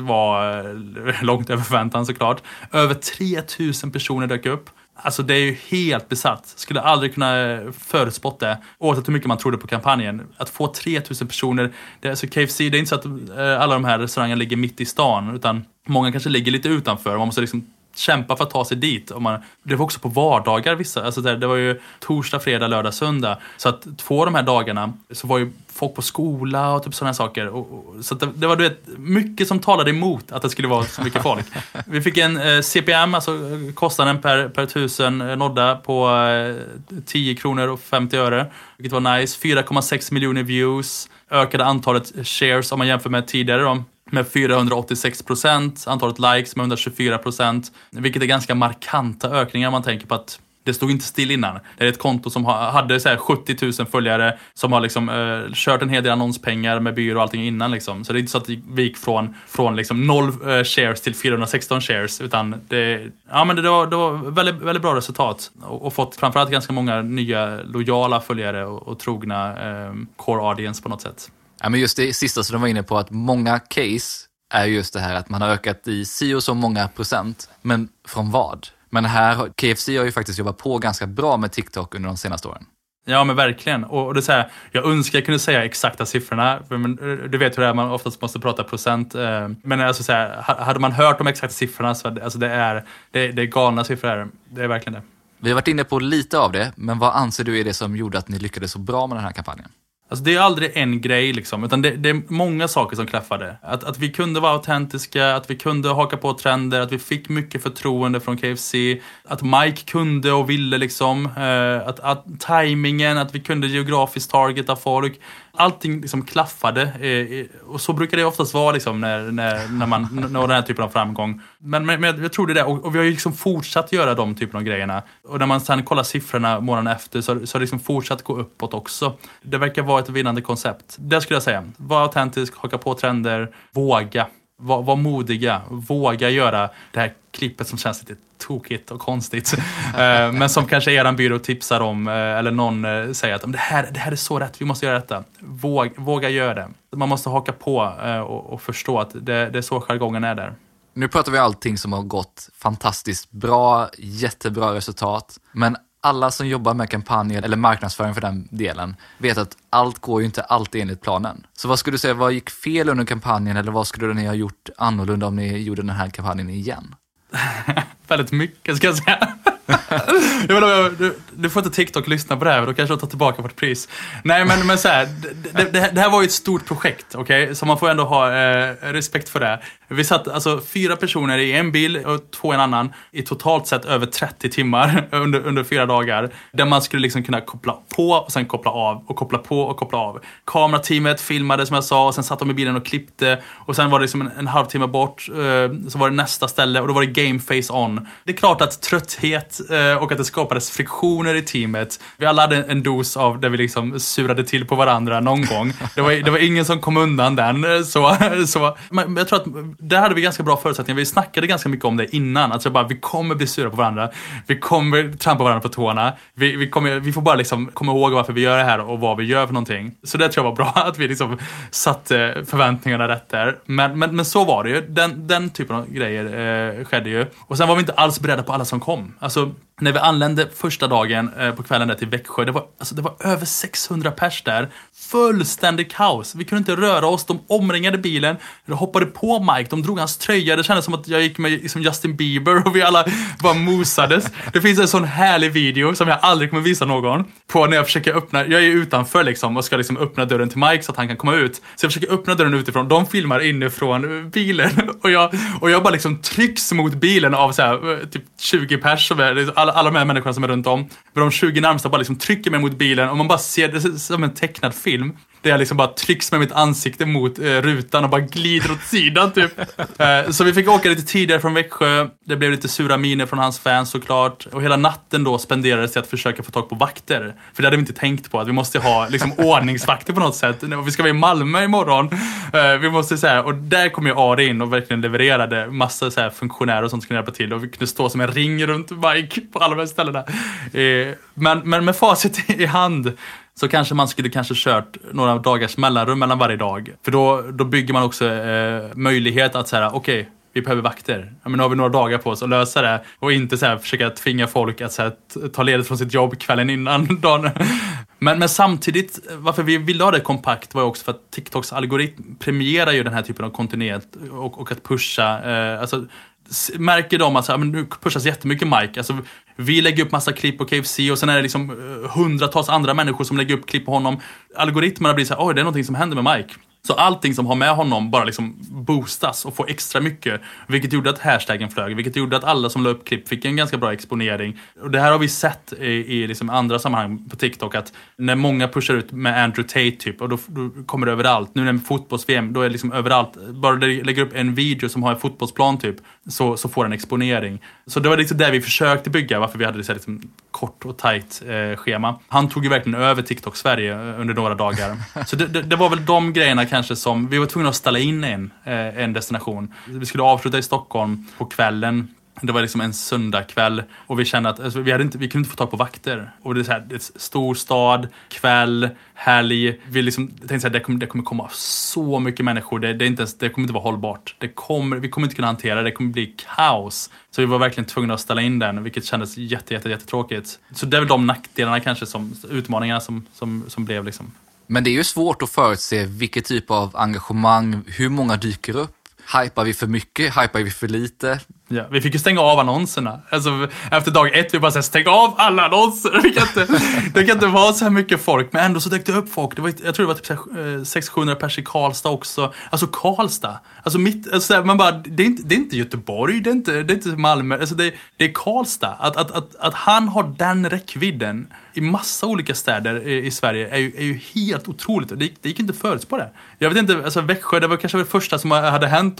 var långt över förväntan såklart. Över 3000 personer dök upp. Alltså det är ju helt besatt. Skulle aldrig kunna förutspått det. Oavsett hur mycket man trodde på kampanjen. Att få 3000 personer. Alltså KFC, det är inte så att alla de här restaurangerna ligger mitt i stan. Utan många kanske ligger lite utanför. Man måste liksom kämpa för att ta sig dit. Det var också på vardagar vissa. Alltså det var ju torsdag, fredag, lördag, söndag. Så att 2 av de här dagarna så var ju folk på skola och typ sådana saker. Så att det var mycket som talade emot att det skulle vara så mycket folk. Vi fick en CPM, alltså kostnaden per 1000 nodda på 10 kronor och 50 öre. Vilket var nice. 4,6 miljoner views. Ökade antalet shares om man jämför med tidigare då, med 486%, antalet likes med 124%, vilket är ganska markanta ökningar om man tänker på att det stod inte still innan. Det är ett konto som hade så här 70 000 följare som har liksom kört en hel del annonspengar med byrå och allting innan liksom. Så det är inte så att vi gick från liksom 0 shares till 416 shares, utan det var väldigt, väldigt bra resultat och fått framförallt ganska många nya lojala följare och trogna core audience på något sätt. Ja, men just det sista som de var inne på, att många case är just det här att man har ökat i si och så många procent. Men från vad? Men här, KFC har ju faktiskt jobbat på ganska bra med TikTok under de senaste åren. Ja, men verkligen. Och det är så här, jag önskar jag kunde säga exakta siffrorna. Men du vet hur det är, man oftast måste prata procent. Men alltså så här, hade man hört de exakta siffrorna så alltså det är galna siffror. Det är verkligen det. Vi har varit inne på lite av det, men vad anser du är det som gjorde att ni lyckades så bra med den här kampanjen? Alltså det är aldrig en grej liksom, utan det är många saker som klaffade. Att vi kunde vara autentiska, att vi kunde haka på trender, att vi fick mycket förtroende från KFC, att Mike kunde och ville liksom, att timingen, att vi kunde geografiskt targeta folk. Allting liksom klaffade, och så brukar det oftast vara liksom när man når den här typen av framgång. Men jag tror det är det, och vi har ju liksom fortsatt göra de typen av grejerna. Och när man sen kollar siffrorna månaden efter så har det liksom fortsatt gå uppåt också. Det verkar vara ett vinnande koncept. Det skulle jag säga. Var autentisk, haka på trender, våga. Var modiga, våga göra det här klippet som känns lite tokigt och konstigt. Men som kanske eran byrå tipsar om, eller någon säger att det här är så rätt, vi måste göra detta. Våga göra det. Man måste haka på och förstå att det är så jargongen är där. Nu pratar vi allting som har gått fantastiskt bra, jättebra resultat. Men alla som jobbar med kampanjer eller marknadsföring för den delen vet att allt går ju inte alltid enligt planen. Så vad skulle du säga, vad gick fel under kampanjen, eller vad skulle ni ha gjort annorlunda om ni gjorde den här kampanjen igen? Väldigt mycket ska jag säga. Du får inte TikTok lyssna på det här, då kanske jag tar tillbaka vårt pris. Nej, men så här, det här var ju ett stort projekt, okej? Så man får ändå ha respekt för det. Vi satt alltså 4 personer i en bil och 2 i en annan i totalt sett över 30 timmar under 4 dagar. Där man skulle liksom kunna koppla på och sen koppla av och koppla på och koppla av. Kamerateamet filmade som jag sa, och sen satt de i bilen och klippte. Och sen var det liksom en halvtimme bort, så var det nästa ställe och då var det game face on. Det är klart att trötthet och att det skapades friktioner i teamet. Vi alla hade en dos av där vi liksom surade till på varandra någon gång. Det var ingen som kom undan den. Så. Men jag tror att där hade vi ganska bra förutsättningar. Vi snackade ganska mycket om det innan. Alltså vi kommer bli sura på varandra. Vi kommer trampa varandra på tårna. Vi får bara liksom komma ihåg varför vi gör det här och vad vi gör för någonting. Så det tror jag var bra, att vi liksom satte förväntningarna rätt där. Men så var det ju. Den typen av grejer skedde ju. Och sen var vi inte alls beredda på alla som kom. Alltså När vi anlände första dagen på kvällen där till Växjö, det var över 600 pers där. Fullständig kaos. Vi kunde inte röra oss. De omringade bilen. De hoppade på Mike. De drog hans tröja. Det kändes som att jag gick med som Justin Bieber och vi alla bara mosades. Det finns en sån härlig video som jag aldrig kommer visa någon på när jag försöker öppna. Jag är utanför liksom och ska liksom öppna dörren till Mike så att han kan komma ut. Så jag försöker öppna dörren utifrån. De filmar inifrån bilen och jag bara liksom trycks mot bilen av så här, typ 20 pers som är alla de här människorna som är runt om. Men de 20 närmsta bara liksom trycker mig mot bilen och man bara ser det som en tecknad film. Där jag liksom bara trycks med mitt ansikte mot rutan och bara glider åt sidan typ. Så vi fick åka lite tidigare från Växjö. Det blev lite sura miner från hans fans såklart. Och hela natten då spenderades till att försöka få tag på vakter. För det hade vi inte tänkt på, att vi måste ha liksom ordningsvakter på något sätt. Och vi ska vara i Malmö imorgon. Vi måste säga, och där kom ju Ari in och verkligen levererade massa så här funktionärer och sånt som kunde hjälpa till. Och vi kunde stå som en ring runt Mike på alla de här ställena. Men med facit i hand så kanske man skulle kört några dagars mellanrum mellan varje dag. För då bygger man också möjlighet att säga, okej, vi behöver vakter. Ja, men nu har vi några dagar på oss att lösa det. Och inte så här, försöka tvinga folk att så här, ta ledigt från sitt jobb kvällen innan dagen. Men samtidigt, varför vi ville ha det kompakt var också för att TikToks algoritm premierar ju den här typen av kontinuitet och att pusha. Märker de att nu pushas jättemycket Mike. Alltså, vi lägger upp massa klipp på KFC och sen är det liksom hundratals andra människor som lägger upp klipp på honom. Algoritmerna blir så här, oj, det är någonting som händer med Mike. Så allting som har med honom bara liksom boostas och får extra mycket. Vilket gjorde att hashtaggen flög. Vilket gjorde att alla som la upp klipp fick en ganska bra exponering. Och det här har vi sett i liksom andra sammanhang på TikTok. Att när många pushar ut med Andrew Tate typ. Och då kommer det överallt. Nu när det är fotbolls-VM, då är det liksom överallt. Bara du lägger upp en video som har en fotbollsplan typ. Så får den exponering. Så det var liksom där vi försökte bygga. Varför vi hade det så här liksom kort och tajt schema. Han tog ju verkligen över TikTok Sverige under några dagar. Så det var väl de grejerna kanske som vi var tvungna att ställa in en destination. Vi skulle avsluta i Stockholm på kvällen. Det var liksom en söndagkväll och vi kände att alltså, vi kunde inte få tag på vakter. Och det är så här, det är stor stad, kväll, helg. Vi liksom tänkte så här, det kommer komma så mycket människor. Det kommer inte vara hållbart. Vi kommer inte kunna hantera det. Det kommer bli kaos. Så vi var verkligen tvungna att ställa in den, vilket kändes jättetråkigt. Så det är väl de nackdelarna kanske, utmaningarna som blev liksom. Men det är ju svårt att förutse vilket typ av engagemang, hur många dyker upp. Hypar vi för mycket? Hypar vi för lite? Ja, vi fick ju stänga av annonserna. Alltså, efter dag 1 vi bara säga stänga av alla annonser. Det kan inte vara så här mycket folk. Men ändå så dök det upp folk. Jag tror det var typ 600-700 pers i Karlstad också. Alltså Karlstad. Alltså man bara, det är inte Göteborg. Det är inte Malmö. Alltså det är Karlstad. Att han har den räckvidden i massa olika städer i Sverige är ju helt otroligt. Det gick inte förutspå det. Jag vet inte, alltså Växjö, det var kanske det första som hade hänt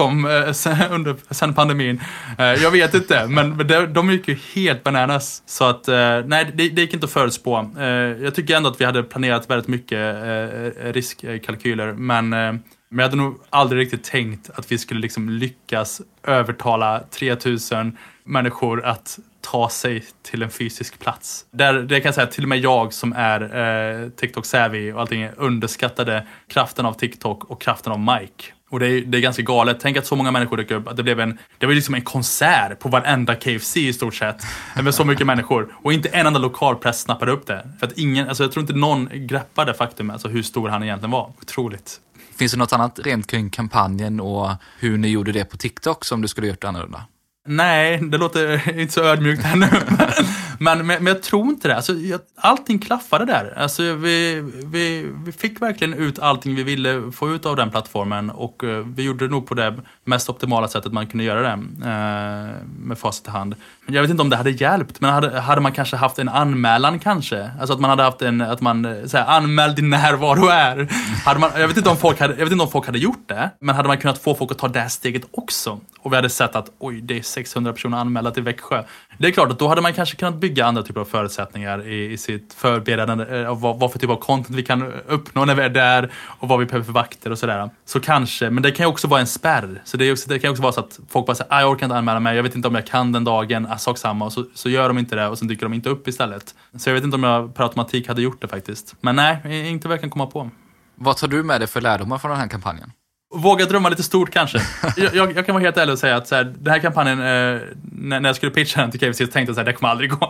sen pandemin. Jag vet inte, men de gick ju helt bananas. Så att, nej, det gick inte att förutspå. Jag tycker ändå att vi hade planerat väldigt mycket riskkalkyler, men jag hade nog aldrig riktigt tänkt att vi skulle liksom lyckas övertala 3000 människor att ta sig till en fysisk plats. Det kan jag säga, till och med jag som är TikTok-savvy och allting underskattade kraften av TikTok och kraften av Mike. Och det är ganska galet. Tänk att så många människor dök upp. Att det var liksom en konsert på varenda KFC i stort sett. Med så mycket människor. Och inte en enda lokalpress snappade upp det. För att jag tror inte någon greppade faktum, alltså hur stor han egentligen var. Otroligt. Finns det något annat rent kring kampanjen och hur ni gjorde det på TikTok som du skulle gjort annorlunda? Nej, det låter inte så ödmjukt här nu. Men jag tror inte det. Alltså, allting klaffade där. Alltså, vi fick verkligen ut allting vi ville få ut av den plattformen. Och vi gjorde det nog på det mest optimala sättet man kunde göra det. Med facit i hand. Jag vet inte om det hade hjälpt. Men hade man kanske haft en anmälan kanske. Alltså att man hade haft att man så här, anmäl din närvaro är. Jag vet inte om folk hade gjort det. Men hade man kunnat få folk att ta det steget också. Och vi hade sett att oj, det är 600 personer anmälda till Växjö. Det är klart att då hade man kanske kunnat bygga andra typer av förutsättningar i sitt förberedande av vad för typ av content vi kan uppnå när vi är där och vad vi behöver för vakter och sådär. Så kanske, men det kan ju också vara en spärr. Så det kan också vara så att folk bara säger, jag orkar inte anmäla mig, jag vet inte om jag kan den dagen, sak samma, och så gör de inte det och sen dyker de inte upp istället. Så jag vet inte om jag per automatik hade gjort det faktiskt. Men nej, inte verkligen komma på. Vad tar du med dig för lärdomar från den här kampanjen? Våga drömma lite stort kanske. Jag kan vara helt ärlig och säga att så här, den här kampanjen, när jag skulle pitcha den till KFC så tänkte jag att det kommer aldrig gå.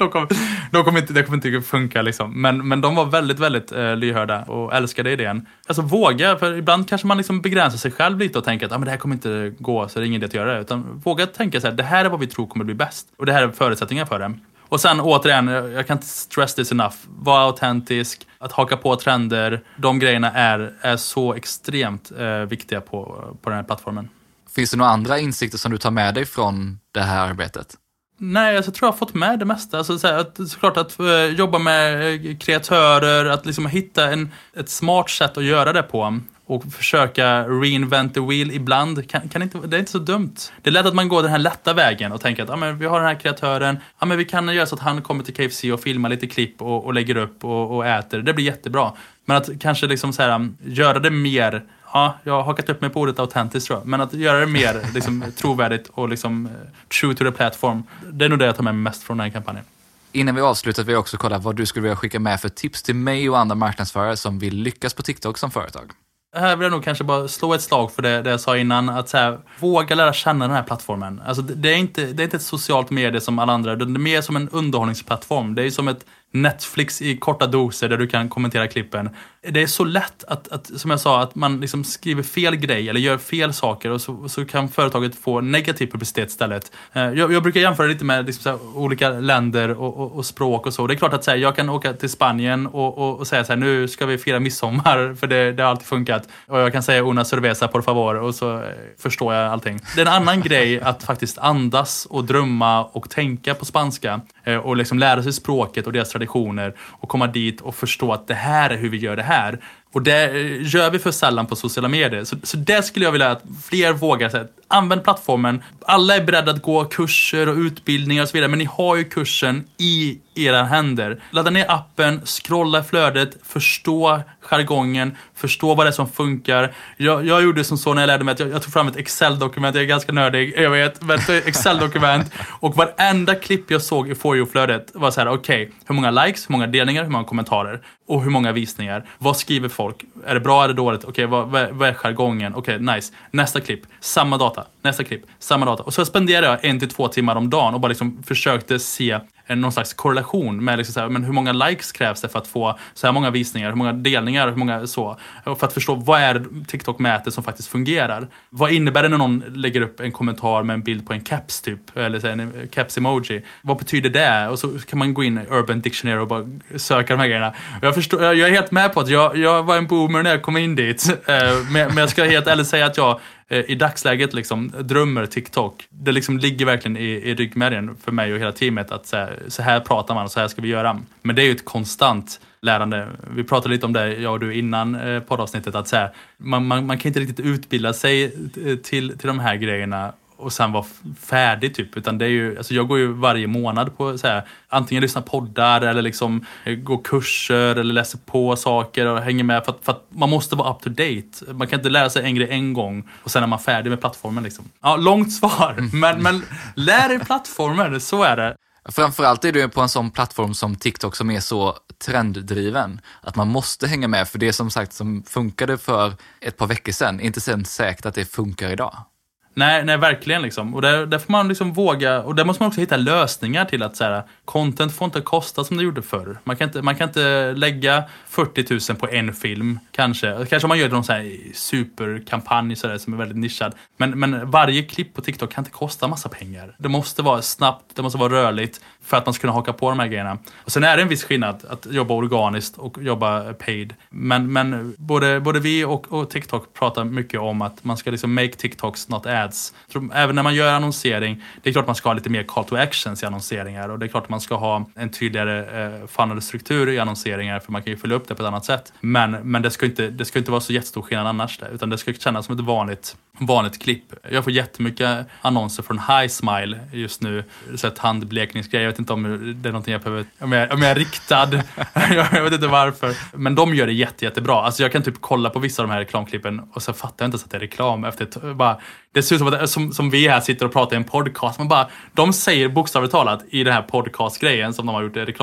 det kommer inte funka liksom. Men de var väldigt, väldigt lyhörda och älskade idén. Alltså våga, för ibland kanske man liksom begränsar sig själv lite och tänker att men det här kommer inte gå, så det är ingen idé att göra det. Utan våga tänka så här, det här är vad vi tror kommer bli bäst. Och det här är förutsättningar för det. Och sen återigen, jag kan inte stress this enough. Var autentisk, att haka på trender. De grejerna är så extremt viktiga på den här plattformen. Finns det några andra insikter som du tar med dig från det här arbetet? Nej, jag tror jag har fått med det mesta. Alltså, såklart att jobba med kreatörer, att liksom hitta ett smart sätt att göra det på. Och försöka reinvent the wheel ibland. Det är inte så dumt. Det är lätt att man går den här lätta vägen och tänker att men vi har den här kreatören. Men vi kan göra så att han kommer till KFC och filmar lite klipp och lägger upp och äter. Det blir jättebra. Men att kanske liksom så här, göra det mer... Ja, jag har hakat upp mig på ordet autentiskt tror jag. Men att göra det mer liksom, trovärdigt och liksom, true to the platform. Det är nog det jag tar med mig mest från den här kampanjen. Innan vi avslutar vill jag också kolla vad du skulle vilja skicka med för tips till mig och andra marknadsförare som vill lyckas på TikTok som företag. Här vill jag nog kanske bara slå ett slag för det jag sa innan. Att så här, våga lära känna den här plattformen. Alltså, det är inte ett socialt medie som alla andra. Det är mer som en underhållningsplattform. Det är som ett Netflix i korta doser där du kan kommentera klippen. Det är så lätt att som jag sa, att man liksom skriver fel grej eller gör fel saker och så kan företaget få negativ publicitet istället. Jag brukar jämföra lite med liksom så här, olika länder och språk och så. Det är klart att så här, jag kan åka till Spanien och säga så här, nu ska vi fira midsommar för det har alltid funkat. Och jag kan säga una cerveza por favor och så förstår jag allting. Det är en annan grej att faktiskt andas och drömma och tänka på spanska och liksom lära sig språket och deras traditioner och komma dit och förstå att det här är hur vi gör det här. Och det gör vi för sällan på sociala medier. Så det skulle jag vilja att fler vågar säga. Använd plattformen. Alla är beredda att gå kurser och utbildningar och så vidare. Men ni har ju kursen i era händer. Ladda ner appen, scrolla i flödet, förstå jargongen, förstå vad det är som funkar. Jag gjorde som så när jag lärde mig att jag tog fram ett Excel-dokument. Jag är ganska nördig, jag vet. Men ett Excel-dokument. Och varenda klipp jag såg i For You-flödet var så här, okej, hur många likes, hur många delningar, hur många kommentarer och hur många visningar. Vad skriver folk? Är det bra eller dåligt? Okej, vad är jargongen? Okej, nice. Nästa klipp, samma data. Nästa klipp, samma data. Och så spenderade jag 1 till 2 timmar om dagen och bara liksom försökte se någon slags korrelation med liksom så här, men hur många likes krävs det för att få så här många visningar, hur många delningar, hur många så. För att förstå vad är TikTok mäter som faktiskt fungerar. Vad innebär det när någon lägger upp en kommentar med en bild på en caps typ, eller så här, en caps-emoji? Vad betyder det? Och så kan man gå in i Urban Dictionary och bara söka de här grejerna. Jag är helt med på att jag var en boomer när jag kom in dit. Men jag ska helt ärligt säga att jag i dagsläget liksom drömmer TikTok. Det liksom ligger verkligen i ryggmärgen för mig och hela teamet att så här pratar man och så här ska vi göra. Men det är ju ett konstant lärande. Vi pratade lite om det, jag och du, innan poddavsnittet, att så här, man kan inte riktigt utbilda sig till de här grejerna och sen vara färdig typ, utan det är ju, alltså jag går ju varje månad på så här, antingen lyssna poddar eller liksom gå kurser eller läsa på saker och hänger med för att man måste vara up to date. Man kan inte lära sig en grej en gång och sen är man färdig med plattformen liksom. Ja, långt svar, men lär dig plattformen, så är det. Framförallt är du på en sån plattform som TikTok som är så trenddriven att man måste hänga med, för det som sagt som funkade för ett par veckor sedan, inte sen säkert att det funkar idag. Nej, verkligen liksom. Och där får man liksom våga, och där måste man också hitta lösningar till att så här, content får inte kosta som det gjorde förr. Man kan inte lägga 40 000 på en film, kanske man gör någon så här superkampanj så där, som är väldigt nischad. Men varje klipp på TikTok kan inte kosta massa pengar. Det måste vara snabbt, det måste vara rörligt för att man ska kunna haka på de här grejerna. Och sen är det en viss skillnad att jobba organiskt och jobba paid. Men både vi och TikTok pratar mycket om att man ska liksom make TikToks not ads. Även när man gör annonsering, det är klart man ska ha lite mer call to actions i annonseringar, och det är klart man ska ha en tydligare funnelstruktur i annonseringar, för man kan ju fylla upp det på ett annat sätt. Men det ska inte vara så jättestor skillnad annars där, utan det ska kännas som ett vanligt klipp. Jag får jättemycket annonser från High Smile just nu, så ett handblekningsgrej. Jag vet inte om det är någonting jag behöver, om jag är riktad. Jag vet inte varför. Men de gör det jättebra. Alltså jag kan typ kolla på vissa av de här reklamklippen och så fattar jag inte så att det är reklam efter bara. Det ser ut som vi här sitter och pratar i en podcast. Men bara, de säger bokstavligt talat i den här podcastgrejen som de har gjort i reklamklipp.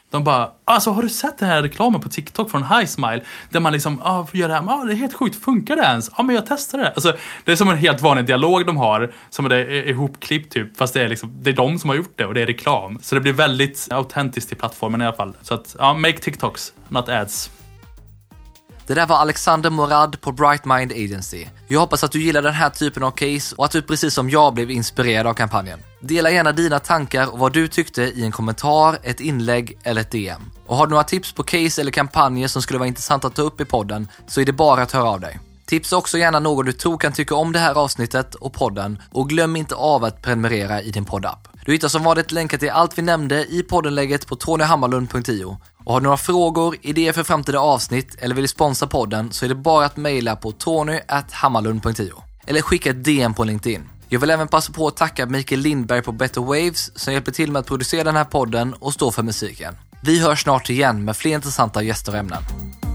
De bara, alltså har du sett den här reklamen på TikTok från HiSmile? Där man liksom, gör det här, det är helt sjukt, funkar det ens? Ja, men jag testar det. Alltså, det är som en helt vanlig dialog de har, som är ihopklippt typ, fast det är liksom, det är de som har gjort det och det är reklam. Så det blir väldigt autentiskt i plattformen i alla fall. Så att, make TikToks, not ads. Det där var Alexander Morad på Bright Mind Agency. Jag hoppas att du gillar den här typen av case och att du precis som jag blev inspirerad av kampanjen. Dela gärna dina tankar och vad du tyckte i en kommentar, ett inlägg eller ett DM. Och har du några tips på case eller kampanjer som skulle vara intressant att ta upp i podden så är det bara att höra av dig. Tipsa också gärna någon du tror kan tycka om det här avsnittet och podden och glöm inte av att prenumerera i din poddapp. Du hittar som vanligt länkar till allt vi nämnde i poddenlägget på tonyhammarlund.io. Och har du några frågor, idéer för framtida avsnitt eller vill sponsra podden så är det bara att mejla på tony@hammarlund.io eller skicka ett DM på LinkedIn. Jag vill även passa på att tacka Mikael Lindberg på Better Waves som hjälper till med att producera den här podden och stå för musiken. Vi hörs snart igen med fler intressanta gäster och ämnen.